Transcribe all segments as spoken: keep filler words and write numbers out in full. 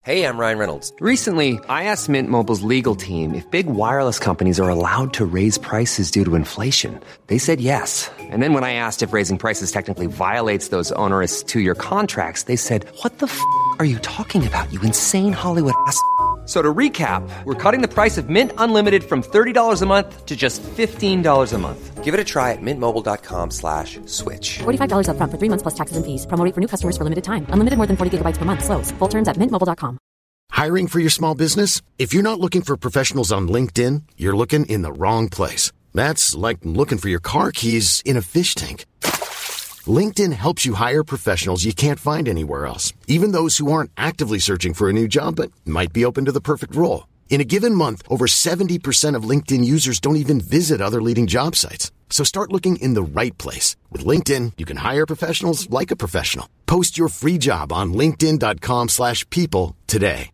Hey, I'm Ryan Reynolds. Recently, I asked Mint Mobile's legal team if big wireless companies are allowed to raise prices due to inflation. They said yes. And then when I asked if raising prices technically violates those onerous two-year contracts, they said, what the f*** are you talking about, you insane Hollywood ass f- So to recap, we're cutting the price of Mint Unlimited from thirty dollars a month to just fifteen dollars a month. Give it a try at mintmobile.com slash switch. forty-five dollars up front for three months plus taxes and fees. Promo rate for new customers for limited time. Unlimited more than forty gigabytes per month. Slows full terms at mint mobile dot com. Hiring for your small business? If you're not looking for professionals on LinkedIn, you're looking in the wrong place. That's like looking for your car keys in a fish tank. LinkedIn helps you hire professionals you can't find anywhere else, even those who aren't actively searching for a new job but might be open to the perfect role. In a given month, over seventy percent of LinkedIn users don't even visit other leading job sites. So start looking in the right place. With LinkedIn, you can hire professionals like a professional. Post your free job on linkedin.com slash people today.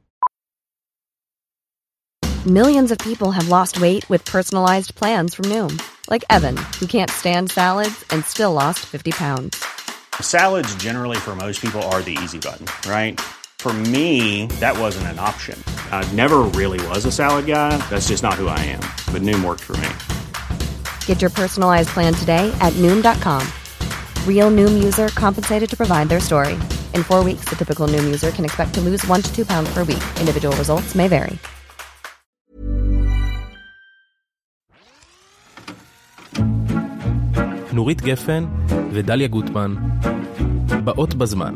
Millions of people have lost weight with personalized plans from Noom. Like Evan, who can't stand salads and still lost fifty pounds. Salads generally for most people are the easy button, right? For me, that wasn't an option. I never really was a salad guy. That's just not who I am. But Noom worked for me. Get your personalized plan today at Noom dot com. Real Noom user compensated to provide their story. In four weeks, the typical Noom user can expect to lose one to two pounds per week. Individual results may vary. נורית גפן ודליה גוטמן באות בזמן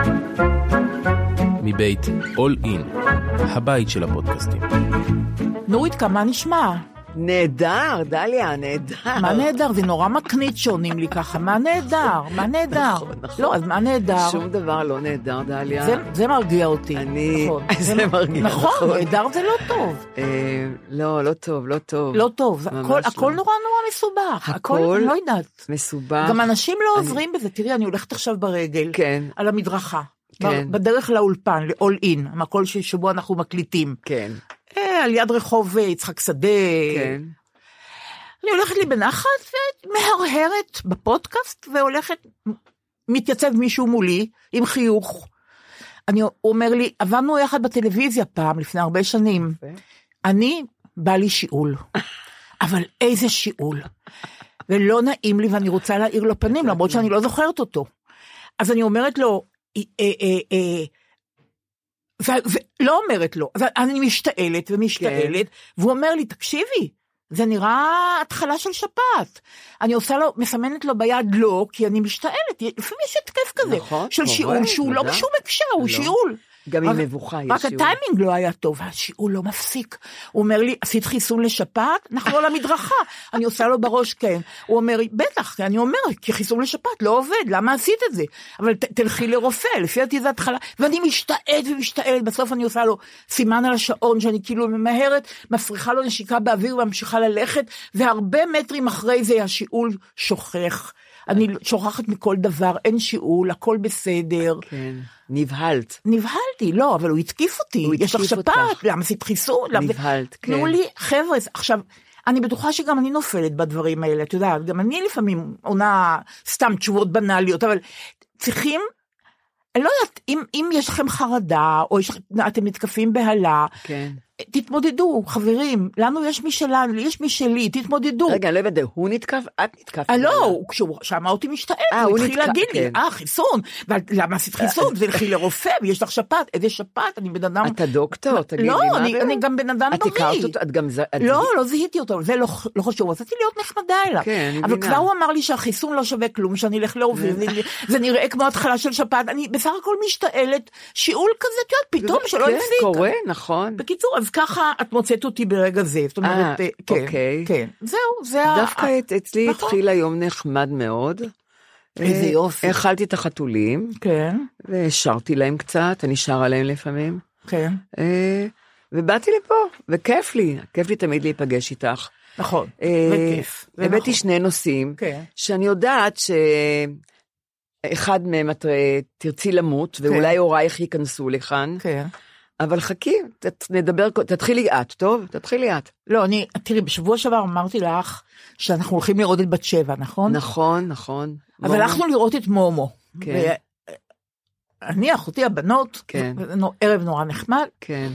מבית All In, הבית של הפודקאסטים. נורית, כמה נשמע? נהדר, דליה, נהדר. מה נהדר? זה נורא מקנית שעונים לי ככה. מה נהדר? מה נהדר? לא, אז מה נהדר? שום דבר לא נהדר, דליה. זה מרגיע אותי. אני... זה מרגיע. נכון, נהדר זה לא טוב. לא, לא טוב, לא טוב. לא טוב. הכל נורא נורא מסובך. הכל לא יודעת. מסובך. גם אנשים לא עוזרים בזה. תראי, אני הולכת עכשיו ברגל. כן. על המדרכה. בדרך לאולפן, ל-All In, המקול שבו אנחנו מקליטים. כן. על יד רחוב יצחק שדה. כן. אני הולכת לי בנחת ומהרהרת בפודקאסט, והולכת, מתייצב מישהו מולי עם חיוך. אני אומר לי, עברנו יחד בטלוויזיה פעם, לפני הרבה שנים. אני, בא לי שיעול. אבל איזה שיעול. ולא נעים לי, ואני רוצה להעיר לו פנים, למרות שאני לא זוכרת אותו. אז אני אומרת לו, אה, אה, אה, ולא אומרת לו, אני משתעלת ומשתעלת, והוא אומר לי, תקשיבי, זה נראה התחלה של שפעת. אני עושה לו, מסמנת לו ביד לא, כי אני משתעלת. לפעמים יש התקף כזה, של שיעול, שהוא לא בשום הקשר, הוא שיעול. גם עם מבוכה יש שיעול. רק הטיימינג לא היה טוב, השיעול לא מפסיק. הוא אומר לי, עשית חיסון לשפעת? אנחנו על המדרכה. אני עושה לו בראש כן. הוא אומר לי, בטח, אני אומרת, כי חיסון לשפעת לא עובד, למה עשית את זה? אבל תלכי לרופא, לפי דעתי זה התחלה. ואני משתעלת ומשתעלת, בסוף אני עושה לו סימן על השעון, שאני כאילו ממהרת, מפריחה לו נשיקה באוויר, וממשיכה ללכת, והרבה מטרים אחרי זה השיעול שוכח. אני שוכחת מכל דבר, אין שיעול, הכל בסדר. כן, נבהלת. נבהלתי, לא, אבל הוא התקיף אותי. יש לך שפעת, למה עשית חיסון? נבהלת, כן. תנו לי, חבר'ה, עכשיו, אני בטוחה שגם אני נופלת בדברים האלה, אתה יודע, גם אני לפעמים עונה סתם תשובות בנאליות, אבל צריכים, אני לא יודעת, אם, אם יש לכם חרדה, או יש, אתם מתקפים בהלה, כן. תתמודדו, חברים, לנו יש משלנו, יש משלי, תתמודדו. רגע, לא יודע, הוא נתקף, את נתקפת. לא, כשהוא שמע אותי משתעל, הוא התחיל להגיד לי, אה, חיסון, למה עשית חיסון? זה לכי לרופא, ויש לך שפעת, איזה שפעת, אני בן אדם... אתה דוקטור, תגיד לי, מה? לא, אני גם בן אדם בריא. את הכרת אותו, את גם... לא, לא זיהיתי אותו, זה לא חשוב, רציתי להיות נחמדה אליו. אבל כבר הוא אמר לי שהחיסון לא שווה כלום, שאני אלך להוביל, זה נראה כמו התחלה של שפעת, אני בסך הכל משתעלת, שיעול כזה, פתאום שלא הפסיק. קורה, נכון. בקיצור, אז ככה את מוצאת אותי ברגע זה. זאת אומרת, כן, כן. זהו, זה... דווקא אצלי התחיל היום נחמד מאוד. איזה יופי. אכלתי את החתולים. כן. ושרתי להם קצת, אני שרה להם לפעמים. כן. ובאתי לפה, וכיף לי. כיף לי תמיד להיפגש איתך. נכון, וכיף. הבאתי שני נושאים, שאני יודעת ש... אחד מהם את תרצי למות, ואולי הורייך ייכנסו לכאן. כן. אבל חכי, נדבר, תתחילי את, טוב? תתחילי את. לא, אני, תראי, בשבוע שעבר אמרתי לך, שאנחנו הולכים לראות את בת שבע, נכון? נכון, נכון. אבל הלכנו לראות את מומו. כן. אני, אחותי, הבנות, כן. ערב נורא נחמד. כן.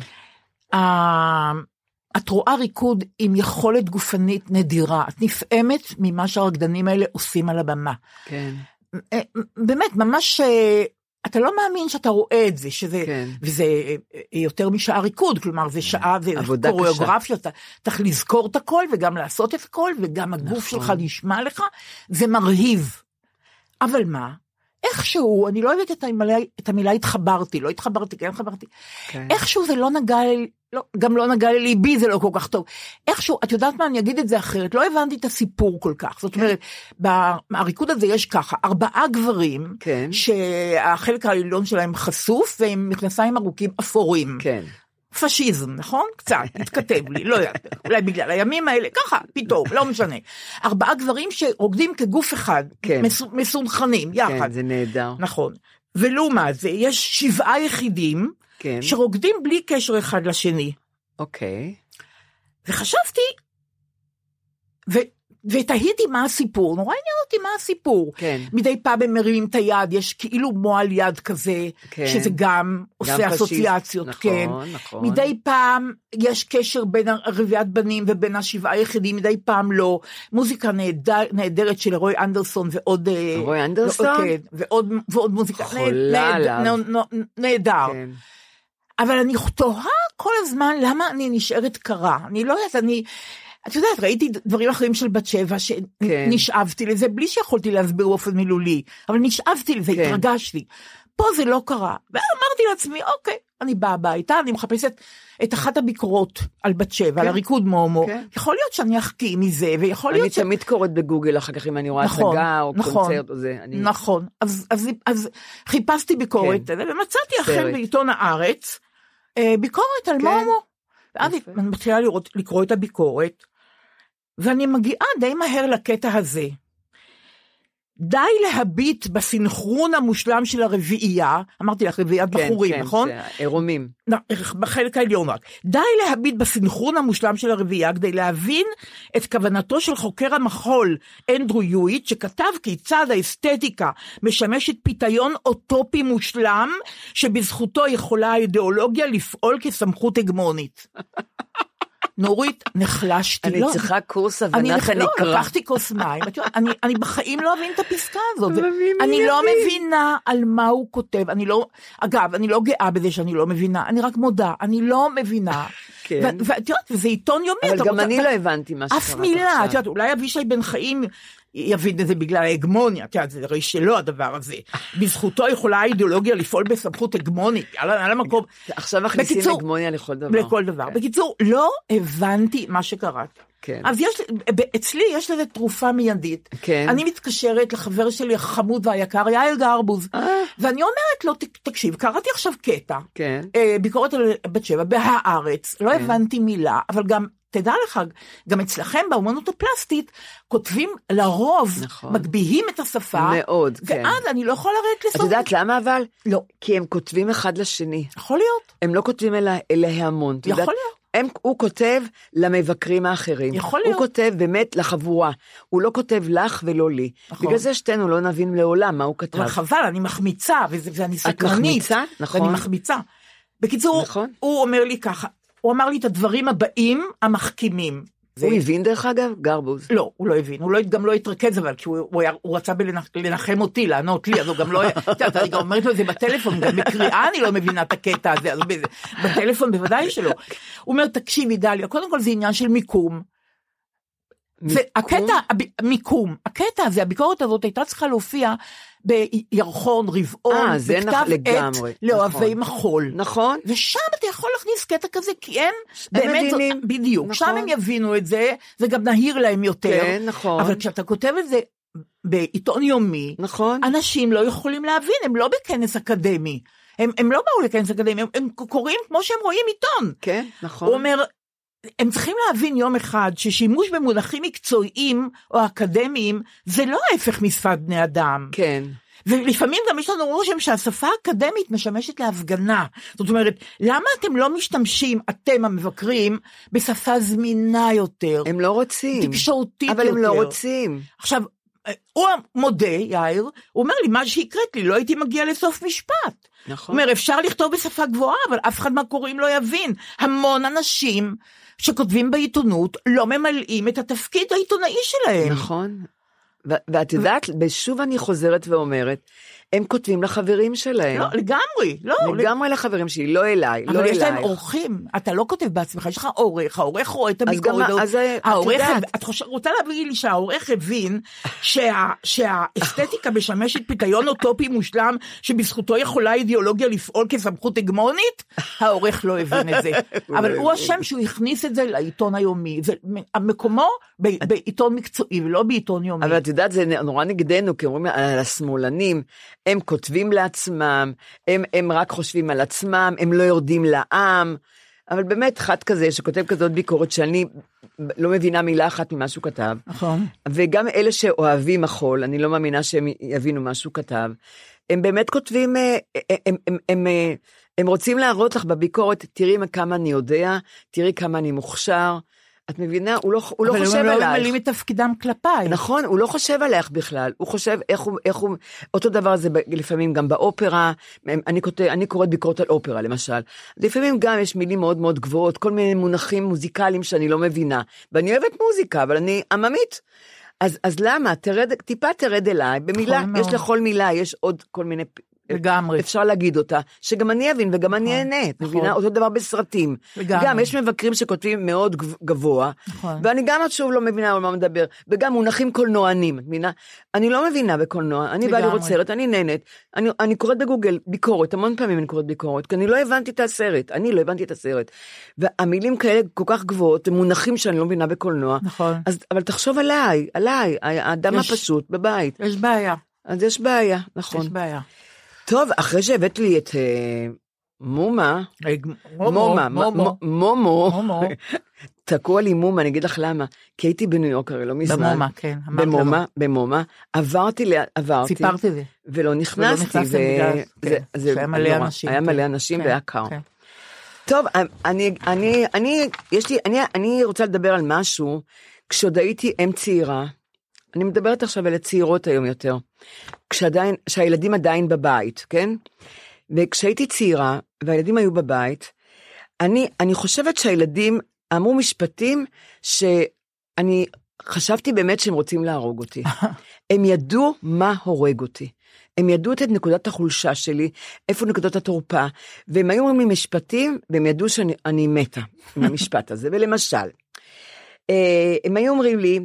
את רואה ריקוד עם יכולת גופנית נדירה, את נפעמת ממה שהרקדנים האלה עושים על הבמה. כן. באמת, ממש, אתה לא מאמין שאתה רואה את זה, שזה, כן. וזה יותר משעה ריקוד, כלומר, זה שעה, זה קוריאוגרפיה, אתה צריך לזכור את הכל, וגם לעשות את הכל, וגם הגוף נכון. שלך נשמע לך, זה מרהיב. אבל מה? איכשהו, אני לא אוהבת את המילה, את המילה התחברתי, לא התחברתי, כן התחברתי. כן. איכשהו זה לא נגע, לא, גם לא נגע לליבי, זה לא כל כך טוב. איכשהו, את יודעת מה, אני אגיד את זה אחרת, לא הבנתי את הסיפור כל כך. זאת אומרת, בריקוד הזה יש ככה, ארבעה גברים, כן. שהחלק העליון שלהם חשוף, והם מכנסיים ארוכים אפורים. כן. פשיזם, נכון? קצת, התכתב לי, לא יודעת, אולי בגלל הימים האלה, ככה, פתאום, לא משנה. ארבעה גברים שרוקדים כגוף אחד, כן. מסונכנים, יחד. כן, זה נהדר. נכון. ולעומת זה, יש שבעה יחידים, כן. שרוקדים בלי קשר אחד לשני. אוקיי. וחשבתי, ו... ותהיתי מה הסיפור, נורא עניין אותי מה הסיפור. כן. מדי פעם הם מרימים את היד, יש כאילו מועל יד כזה, כן. שזה גם, גם עושה אסוציאציות. נכון, כן. נכון. מדי פעם יש קשר בין רביעת בנים ובין השבעה יחידים, מדי פעם לא. מוזיקה נהדר, נהדרת של רוי אנדרסון ועוד... רוי אנדרסון? כן, ועוד, ועוד מוזיקה. חולה עליו. נהדר. כן. אבל אני תוהה כל הזמן למה אני נשארת קרה. אני לא יודעת, אני... את יודעת, ראיתי דברים אחרים של בת שבע, שנשאבתי לזה, בלי שיכולתי להסביר באופן מילולי, אבל נשאבתי לזה, התרגשתי. פה זה לא קרה. ואמרתי לעצמי, אוקיי, אני באה הביתה, אני מחפשת את אחת הביקורות על בת שבע, על הריקוד מומו. יכול להיות שאני אחכי מזה, ויכול להיות ש... אני תמיד קוראת בגוגל, אחר כך אם אני רואה הצגה או קונצרט או זה. נכון, אז חיפשתי ביקורת, ומצאתי אחר בעיתון הארץ, ביקורת על מומו. ואז אני מתחילה לקרוא את הביקורת, ואני מגיעה די מהר לקטע הזה. די להביט בסנכרון המושלם של הרביעייה, אמרתי לך רביעיית כן, בחורים, כן, נכון? כן, עירומים. בחלק העליון רק. די להביט בסנכרון המושלם של הרביעייה, כדי להבין את כוונתו של חוקר המחול, אנדרו יואיט, שכתב כיצד האסתטיקה משמשת פיתיון אוטופי מושלם, שבזכותו יכולה האידיאולוגיה לפעול כסמכות הגמונית. נורית, נחלשתי. אני צריכה קורס הבנת הנקרא. לא, לקחתי כוס מים. אני בחיים לא אבין את הפסקה הזאת. אני לא מבינה על מה הוא כותב. אני לא, אגב, אני לא גאה בזה שאני לא מבינה. אני רק מודה, אני לא מבינה. ואת יודעת, וזה עיתון יומי. אבל גם אני לא הבנתי מה שקראת עכשיו. אף מילה, את יודעת, אולי אבישי בן חיים יבין את זה בגלל ההגמוניה, את יודעת, זה הרי שלא הדבר הזה. בזכותו יכולה האידיאולוגיה לפעול בסמכות הגמונית, על המקום. עכשיו מכניסים הגמוניה לכל דבר. לכל דבר. בקיצור, לא הבנתי מה שקראת. כן. אז יש, אצלי יש לזה תרופה מיידית. כן. אני מתקשרת לחבר שלי החמוד והיקר, יאיר גרבוז, ואני אומרת לו, תקשיב, קראתי עכשיו קטע, כן. ביקורת על בת שבע, בהארץ, לא הבנתי מילה, אבל גם, תדע לך, גם אצלכם באומנות הפלסטית, כותבים לרוב, נכון. מגביהים את השפה, מאוד, כן. ואז אני לא יכולה לרדת לסוף. את יודעת למה אבל? לא. כי הם כותבים אחד לשני. יכול להיות. הם לא כותבים אל, אל ההמון. יכול יודעת? להיות. הם, הוא כותב למבקרים האחרים. יכול להיות. הוא כותב באמת לחבורה. הוא לא כותב לך ולא לי. נכון. בגלל זה שתינו לא נבין לעולם מה הוא כתב. אבל חבל, אני מחמיצה, ואני סקרנית. את מחמיצה? נכון. ואני מחמיצה. בקיצור, נכון. הוא אומר לי ככה, הוא אמר לי את הדברים הבאים המחכימים. הוא הבין דרך אגב? גרבוז. לא, הוא לא הבין, הוא לא, גם לא התרכז אבל, כי הוא, הוא, היה, הוא רצה לנחם אותי, לענות לי, אז הוא גם לא, אני גם אומרת לו את זה בטלפון, גם בקריאה אני לא מבינה את הקטע הזה, אז בטלפון בוודאי שלא. הוא אומר, תקשיבי דליה, קודם כל זה עניין של מיקום, והקטע, מיקום, הקטע הזה, הביקורת הזאת הייתה צריכה להופיע בירחון, רבעון, בכתב עת לאוהבי מחול. נכון. ושם אתה יכול להכניס קטע כזה, כי הם באמת, בדיוק, שם הם יבינו את זה, זה גם נהיר להם יותר. כן, נכון. אבל כשאתה כותב את זה בעיתון יומי, נכון. אנשים לא יכולים להבין, הם לא בכנס אקדמי. הם, הם לא באו לכנס אקדמי, הם, הם קוראים כמו שהם רואים עיתון. כן, נכון. הוא אומר, הם צריכים להבין יום אחד ששימוש במונחים מקצועיים או אקדמיים, זה לא ההפך משפת בני אדם. כן. ולפעמים גם יש לנו רושם שהשפה האקדמית משמשת להפגנה. זאת אומרת, למה אתם לא משתמשים, אתם המבקרים, בשפה זמינה יותר? הם לא רוצים. תקשורתית אבל יותר. אבל הם לא רוצים. עכשיו, הוא מודה, יאיר, הוא אומר לי, מה שהקראת לי, לא הייתי מגיע לסוף משפט. נכון. הוא אומר, אפשר לכתוב בשפה גבוהה, אבל אף אחד מהקוראים לא יבין. המון אנשים שכותבים בעיתונות, לא ממלאים את התפקיד העיתונאי שלהם. נכון. ואת יודעת, בשוב אני חוזרת ואומרת, הם כותבים לחברים שלהם. לא, לגמרי, לא. לגמרי לחברים שלי, לא אליי, לא אלייך. אבל יש להם אורחים, אתה לא כותב בעצמך, יש לך עורך, העורך רואה את הביקורת. אז את יודעת. את רוצה להביא לי שהעורך הבין שהאסתטיקה משמשת פיתיון אוטופי מושלם, שבזכותו יכולה אידיאולוגיה לפעול כסמכות הגמונית? העורך לא הבין את זה. אבל הוא השם שהוא הכניס את זה לעיתון היומי. מקומו בעיתון מקצועי ולא בעיתון יומי. אבל את יודעת, זה נורא נגדנו, כי אומרים על השמאלנים, הם כותבים לעצמם, הם, הם רק חושבים על עצמם, הם לא יורדים לעם, אבל באמת חד כזה שכותב כזאת ביקורת שאני לא מבינה מילה אחת ממה שהוא כתב, נכון. וגם אלה שאוהבים החול, אני לא מאמינה שהם יבינו מה שהוא כתב, הם באמת כותבים, הם, הם, הם, הם, הם רוצים להראות לך בביקורת, תראי כמה אני יודע, תראי כמה אני מוכשר, את מבינה? הוא לא, הוא לא חושב עלייך. אבל הם לא ממלאים את תפקידם כלפיי. נכון, הוא לא חושב עלייך בכלל. הוא חושב איך הוא, איך הוא, אותו דבר זה לפעמים גם באופרה, אני, כות, אני קוראת ביקורת על אופרה למשל. לפעמים גם יש מילים מאוד מאוד גבוהות, כל מיני מונחים מוזיקליים שאני לא מבינה. ואני אוהבת מוזיקה, אבל אני עממית. אז, אז למה? תרד, טיפה תרד אליי. במילה, יש לכל מילה, יש עוד כל מיני... לגמרי. אפשר להגיד אותה, שגם אני אבין וגם אני אענה, מבינה? אותו דבר בסרטים. גם יש מבקרים שכותבים מאוד גבוה, ואני גם עוד שוב לא מבינה על מה מדבר, וגם מונחים קולנוענים, מבינה? אני לא מבינה בקולנוע, אני באה לראות סרט, אני נהנת, אני קוראת בגוגל ביקורת, המון פעמים אני קוראת ביקורת, כי אני לא הבנתי את הסרט, אני לא הבנתי את הסרט, והמילים כאלה כל כך גבוהות, מונחים שאני לא מבינה בקולנוע, אבל תחשוב עליי, עליי, האדם הפשוט בבית. יש בעיה. אז יש בעיה, נכון. יש בעיה. טוב, אחרי שהבאת לי את מומה, מומה, מומו, תקוע לי מומה, אני אגיד לך למה, כי הייתי בניו יורק הרי לא מזמן. במומה, כן. במומה, במומה, עברתי, עברתי. סיפרתי זה. ולא נכנסתי. היה מלא אנשים. היה מלא אנשים והיה קר. טוב, אני, אני, אני, יש לי, אני, אני רוצה לדבר על משהו, כשעוד הייתי אם צעירה, אני מדברת עכשיו על הצעירות היום יותר, כשעדיין, שהילדים עדיין בבית, כן? וכשהייתי צעירה, והילדים היו בבית, אני, אני חושבת שהילדים אמרו משפטים שאני חשבתי באמת שהם רוצים להרוג אותי. הם ידעו מה הורג אותי. הם ידעו את נקודת החולשה שלי, איפה נקודות התורפה, והם היו אומרים לי משפטים, והם ידעו שאני מתה עם המשפט הזה. ולמשל, הם היו אומרים לי,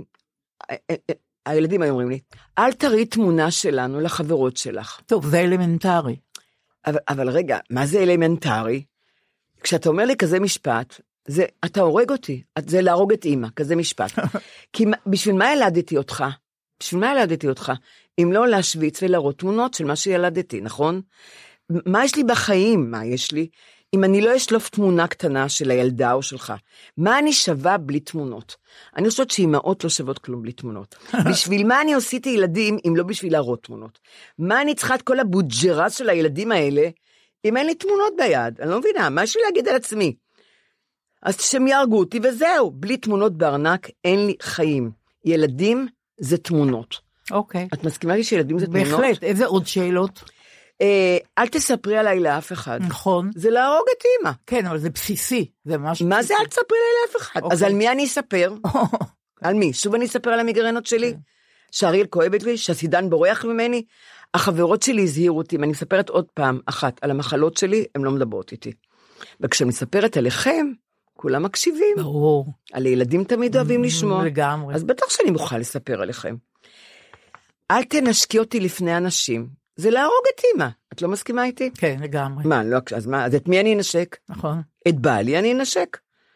הילדים היו אומרים לי, אל תראי תמונה שלנו לחברות שלך. טוב, זה אלמנטרי. אבל, אבל רגע, מה זה אלמנטרי? כשאתה אומר לי כזה משפט, זה, אתה הורג אותי, זה להרוג את אמא, כזה משפט. כי בשביל מה ילדתי אותך? בשביל מה ילדתי אותך? אם לא להשוויץ ולהראות תמונות של מה שילדתי, נכון? מה יש לי בחיים? מה יש לי? אם אני לא אשלוף תמונה קטנה של הילדה או שלך, מה אני שווה בלי תמונות? אני חושבת שאימהות לא שוות כלום בלי תמונות. בשביל מה אני עשיתי ילדים אם לא בשביל להראות תמונות? מה אני צריכה את כל הבוג'רה של הילדים האלה, אם אין לי תמונות ביד? אני לא מבינה, מה יש לי להגיד על עצמי? אז שהם יהרגו אותי וזהו, בלי תמונות בארנק אין לי חיים. ילדים זה תמונות. אוקיי. את מסכימה לי שילדים זה תמונות? בהחלט, איזה עוד שאלות? אל תספרי עליי לאף אחד. נכון. זה להרוג את אמא. כן, אבל זה בסיסי. זה ממש מה זה אל תספרי עליי לאף אחד? אז על מי אני אספר? על מי? שוב אני אספר על המגרנות שלי? שהריאל כואבת לי? שהסידן בורח ממני? החברות שלי הזהירו אותי, אם אני מספרת עוד פעם אחת על המחלות שלי, הן לא מדברות איתי. וכשאני מספרת עליכם, כולם מקשיבים. ברור. על ילדים תמיד אוהבים לשמוע. לגמרי. אז בטח שאני מוכרחה לספר עליכם. אל תנשקי אותי לפני אנשים. זה להרוג את אמא. את לא מסכימה איתי? כן, לגמרי. מה, לא, אז מה, אז את מי אני אנשק? נכון. את בעלי אני אנשק.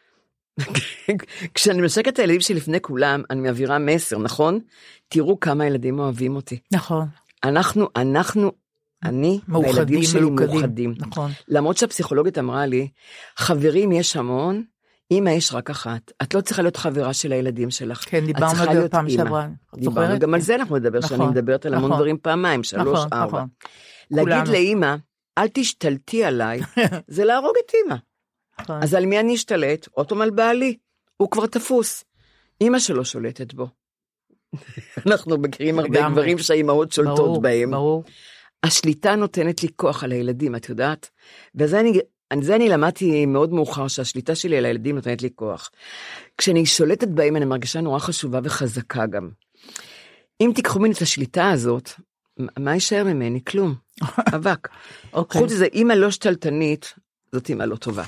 כשאני מנשק את הילדים שלפני כולם, אני מעבירה מסר, נכון? תראו כמה ילדים אוהבים אותי. נכון. אנחנו, אנחנו, אני והילדים שלי מאוחדים. נכון. למרות שהפסיכולוגית אמרה לי, חברים יש המון, אמא יש רק אחת. את לא צריכה להיות חברה של הילדים שלך. כן, דיברנו על זה פעם שעברה. דיברנו, גם על זה אנחנו מדבר, שאני מדברת על המון דברים פעמיים, שלוש, ארבע. להגיד לאמא, אל תשתלטי עליי, זה להרוג את אמא. אז על מי אני אשתלט? אוטום על בעלי. הוא כבר תפוס. אמא שלו שולטת בו. אנחנו מכירים הרבה גברים שהאימהות שולטות בהם. ברור. השליטה נותנת לי כוח על הילדים, את יודעת? וזה אני, זה אני למדתי מאוד מאוחר, שהשליטה שלי על הילדים נותנת לי כוח. כשאני שולטת בהם, אני מרגישה נורא חשובה וחזקה גם. אם תיקחו ממני את השליטה הזאת, מה יישאר ממני? כלום. אבק. חוץ לזה, אמא לא שתלטנית, זאת אמא לא טובה.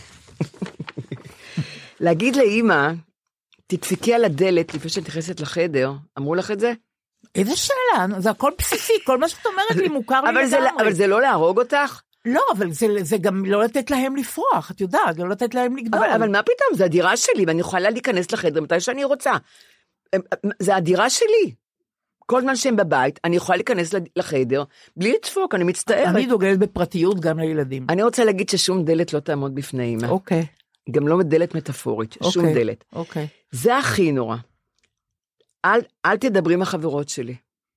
להגיד לאמא, תדפקי על הדלת לפני שתכנסת לחדר, אמרו לך את זה? איזה שאלה, זה הכל בסיסי, כל מה שאת אומרת לי מוכר לי לגמרי. אבל זה לא להרוג אותך? לא, אבל זה, זה גם לא לתת להם לפרוח, את יודעת, לא לתת להם לגדול. אבל, אבל מה פתאום, זה הדירה שלי, ואני יכולה להיכנס לחדר מתי שאני רוצה. זה הדירה שלי. כל זמן שהם בבית, אני יכולה להיכנס לחדר, בלי לדפוק, אני מצטערת. אני דוגלת בפרטיות גם לילדים. אני רוצה להגיד ששום דלת לא תעמוד בפני אמא. אוקיי. גם לא דלת מטאפורית, אוקיי, שום דלת. אוקיי. זה הכי נורא. אל, אל תדברי עם החברות שלי.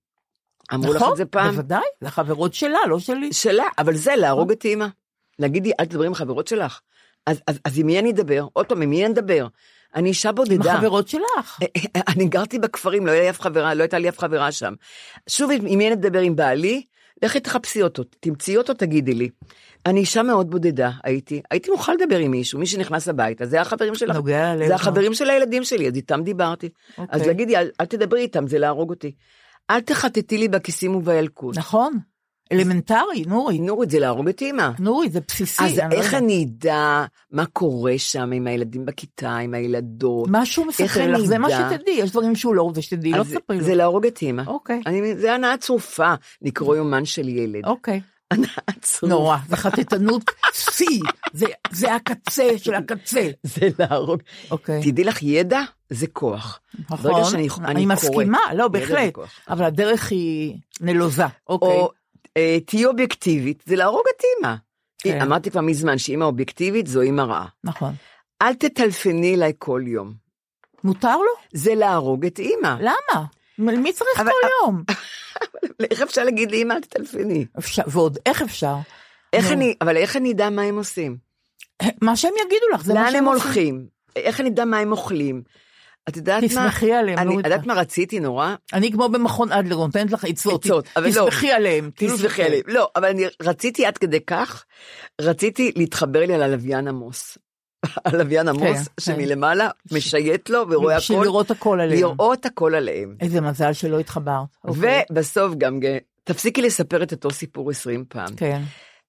אמרו לך את זה פעם? בוודאי, זה החברות שלה, לא שלי. שלה, אבל זה להרוג את אמא. להגידי, אל תדברי עם החברות שלך. אז, אז, אז עם מי אני אדבר? עוד פעם, עם מי אני אדבר? אני אישה בודדה. עם החברות שלך. אני גרתי בכפרים, לא הייתה אף חברה, לא הייתה לי אף חברה שם. שוב, עם מי אני אדבר עם בעלי? לכי תחפשי אותו, תמצאי אותו, תגידי לי. אני אישה מאוד בודדה, הייתי, הייתי מוכן לדבר עם מישהו, מי שנכנס הביתה, זה החברים שלך. נוגע לב. זה החברים של הילדים שלי, אז איתם דיברתי. אז להגידי, אל, אל תדברי איתם, זה להרוג אותי. אל תחטטי לי בכיסים ובילקוט. נכון. אלמנטרי, נורית. נורית, זה להרוג את אמא. נורית, זה בסיסי. אז איך אני אדע מה קורה שם עם הילדים בכיתה, עם הילדות? משהו מספר לך, זה מה שתדעי, יש דברים שהוא לא רוצה שתדעי, לא תספרי לו. זה להרוג את אמא. אוקיי. זה הנאה צרופה, לקרוא יומן של ילד. אוקיי. הנאה צרופה. נורא, זה חטטנות סי, זה הקצה של הקצה. זה להרוג. אוקיי. תדעי לך, ידע זה כוח. נכון, אני מסכימה, לא, בהחלט, אבל הדרך היא נלוזה. אוקיי. תהי אובייקטיבית, זה להרוג את אמא. כן. אמרתי כבר מזמן שאמא אובייקטיבית זו אמא רעה. נכון. אל תטלפני אליי כל יום. מותר לו? זה להרוג את אמא. למה? מי צריך אבל, כל יום? איך אפשר להגיד לאמא אל תטלפני? אפשר, ועוד איך אפשר? איך אני, אבל איך אני אדע מה הם עושים? מה שהם יגידו לך, זה מה שהם עושים. לאן הם הולכים? איך אני אדע מה הם אוכלים? את יודעת מה? תסמכי עליהם. אני יודעת מה רציתי נורא? אני כמו במכון אדלר, נותנת לך עצות. תסמכי עליהם. תסמכי עליהם. לא, אבל אני רציתי עד כדי כך, רציתי להתחבר לי על הלוויין עמוס. הלוויין עמוס, שמלמעלה משייט לו ורואה הכל. בשביל לראות הכל עליהם. לראות הכל עליהם. איזה מזל שלא התחברת. ובסוף גם, תפסיקי לספר את אותו סיפור עשרים פעם. כן.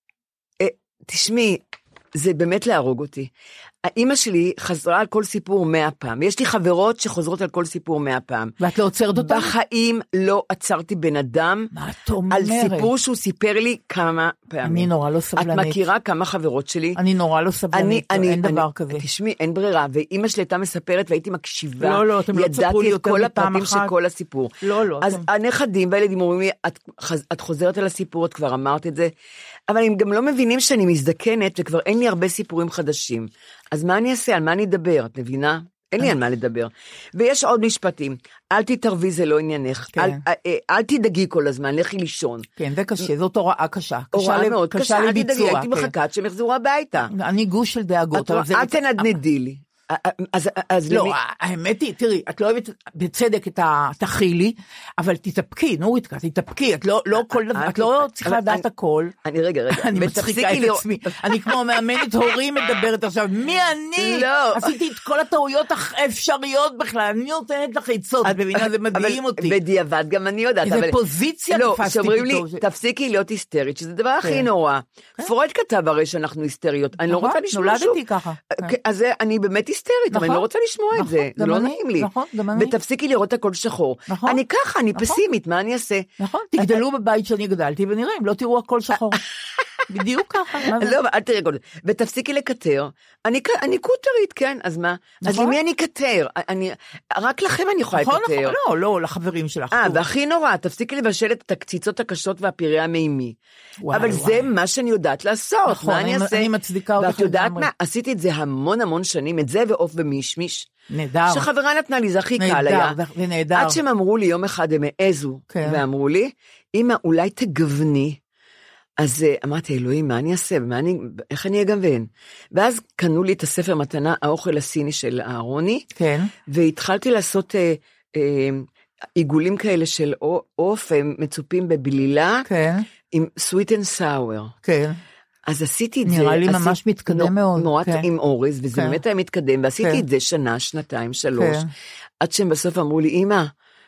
תשמעי, זה באמת להרוג אותי. האמא שלי חזרה על כל סיפור מאה פעם. יש לי חברות שחוזרות על כל סיפור מאה פעם. ואת לא עוצרת אותה? בחיים לא עצרתי בן אדם על סיפור שהוא סיפר לי כמה פעמים. אני נורא לא סבלנית. את מכירה כמה חברות שלי? אני נורא לא סבלנית, אין דבר כזה. תשמעי, אין ברירה, ואמא שלי הייתה מספרת והייתי מקשיבה. לא, לא, אתם לא תספרו לי יותר מפעם אחת. ידעתי את כל הפרטים של כל הסיפור. לא, לא. אז הנכדים והילדים אומרים לי, את חוזרת על הסיפור, את כבר אמרת את זה, אבל הם גם לא מבינים שאני מזדקנת וכבר אין לי הרבה סיפורים חדשים. אז מה אני אעשה? על מה אני אדבר? את מבינה? אין לי על מה לדבר. ויש עוד משפטים. אל תתערבי, זה לא עניינך. אל, אל, אל תדאגי כל הזמן, לכי לישון. כן, זה קשה, זאת הוראה קשה. הוראה מאוד קשה, אל תדאגי, הייתי כן. מחכה עד שהם יחזרו הביתה. אני גוש של דאגות. אל תנדנדי לי. אז, אז לא, למי... האמת היא, תראי, את לא אוהבת בצדק את התחילי, אבל תתאפקי, נורית, תתאפקי, את לא, לא כל דבר, את לא צריכה לדעת הכל. אני רגע, רגע. אני מצחיקה את עצמי. אני כמו מאמנת הורים מדברת עכשיו, מי אני? לא. עשיתי את כל הטעויות האפשריות בכלל, אני נותנת לך עצות, בבינה, זה מדהים אותי. בדיעבד גם אני יודעת. איזה פוזיציה תפסתי פתאום. שאומרים לי, תפסיקי להיות היסטרית, שזה דבר הכי נורא. פרויד כתב הרי שאנחנו היסטריות, אני לא רוצה לשמוע שוב. נולדתי ככה. אז אני באמת היסטרית, אבל אני לא רוצה לשמוע את זה, זה לא נעים לי. ותפסיקי לראות הכל שחור. אני ככה, אני פסימית, מה אני אעשה? נכון, תגדלו בבית שאני גדלתי, ונראה, אם לא תראו הכל שחור. בדיוק ככה. לא, אל תראה כל זה. ותפסיקי לקטר. אני קוטרית, כן, אז מה? אז למי אני קטר? רק לכם אני יכולה לקטר. לא, לא, לחברים שלך. אה, והכי נורא, תפסיקי לבשל את הקציצות הקשות והפירי המימי. אבל זה מה שאני יודעת לעשות. מה אני אעשה? אני מצדיקה אותך. ואת יודעת מה? עשיתי את זה המון המון שנים, את זה ועוף במישמיש. נהדר. שחברה נתנה לי, זה הכי קל היה. נהדר. עד שהם אמרו לי יום אחד, הם העזו, ואמרו לי, אמא, אולי תגווני. אז אמרתי, אלוהים, מה אני אעשה? מה אני, איך אני אגוון? ואז קנו לי את הספר מתנה, האוכל הסיני של אהרוני, כן. והתחלתי לעשות, אה, אה, עיגולים כאלה של עוף, הם מצופים בבלילה, כן. עם sweet and sour. כן. אז עשיתי את זה. נראה לי ממש מתקדם מאוד. נורא עם אורז, וזה באמת היה מתקדם, ועשיתי את זה שנה, שנתיים, שלוש, עד שהם בסוף אמרו לי, אמא,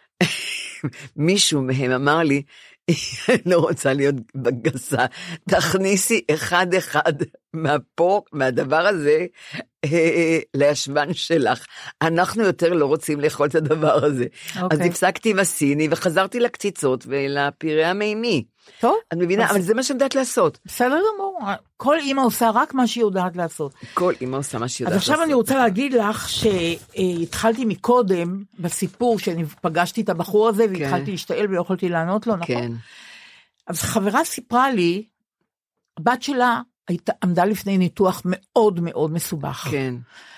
מישהו מהם אמר לי, לא רוצה להיות בגסה, תכניסי אחד אחד מהפה, מהדבר הזה, לישבן שלך. אנחנו יותר לא רוצים לאכול את הדבר הזה. אז הפסקתי עם הסיני, וחזרתי לקציצות ולפירי המימי. טוב. את מבינה? אבל זה מה שיודעת לעשות. בסדר גמור. כל אמא עושה רק מה שהיא יודעת לעשות. כל אמא עושה מה שהיא יודעת לעשות. אז עכשיו אני רוצה להגיד לך שהתחלתי מקודם בסיפור שאני פגשתי את הבחור הזה, והתחלתי להשתעל ולא יכולתי לענות לו, נכון? כן. אז חברה סיפרה לי, הבת שלה הייתה, עמדה לפני ניתוח מאוד מאוד מסובך. כן.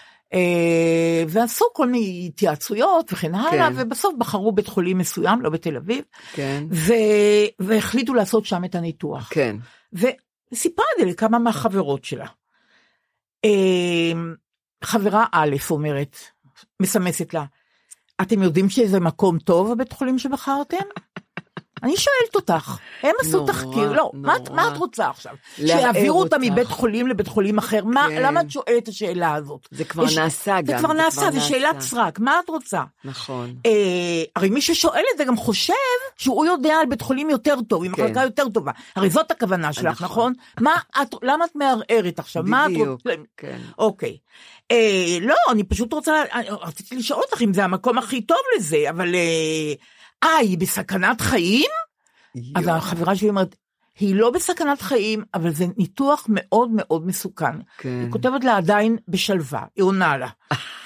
ועשו כל מיני התייעצויות וכן הלאה, ובסוף בחרו בית חולים מסוים, לא בתל אביב, והחליטו לעשות שם את הניתוח. כן. וסיפרה את זה לכמה מהחברות שלה. חברה א' אומרת, מסמסת לה, אתם יודעים שזה מקום טוב, הבית חולים שבחרתם? אני שואלת אותך, הם עשו תחקיר, לא, מה את רוצה עכשיו? שיעבירו אותה מבית חולים לבית חולים אחר, למה את שואלת את השאלה הזאת? זה כבר נעשה גם. זה כבר נעשה, זה שאלת סרק, מה את רוצה? נכון. הרי מי ששואל את זה גם חושב שהוא יודע על בית חולים יותר טוב, עם מחלקה יותר טובה. הרי זאת הכוונה שלך, נכון? למה את מערערת עכשיו? בדיוק, כן. אוקיי. לא, אני פשוט רוצה, רציתי לשאול אותך אם זה המקום הכי טוב לזה, אבל... אה, היא בסכנת חיים? אז החברה שלי אומרת, היא לא בסכנת חיים, אבל זה ניתוח מאוד מאוד מסוכן. היא כותבת לה עדיין בשלווה, היא עונה לה.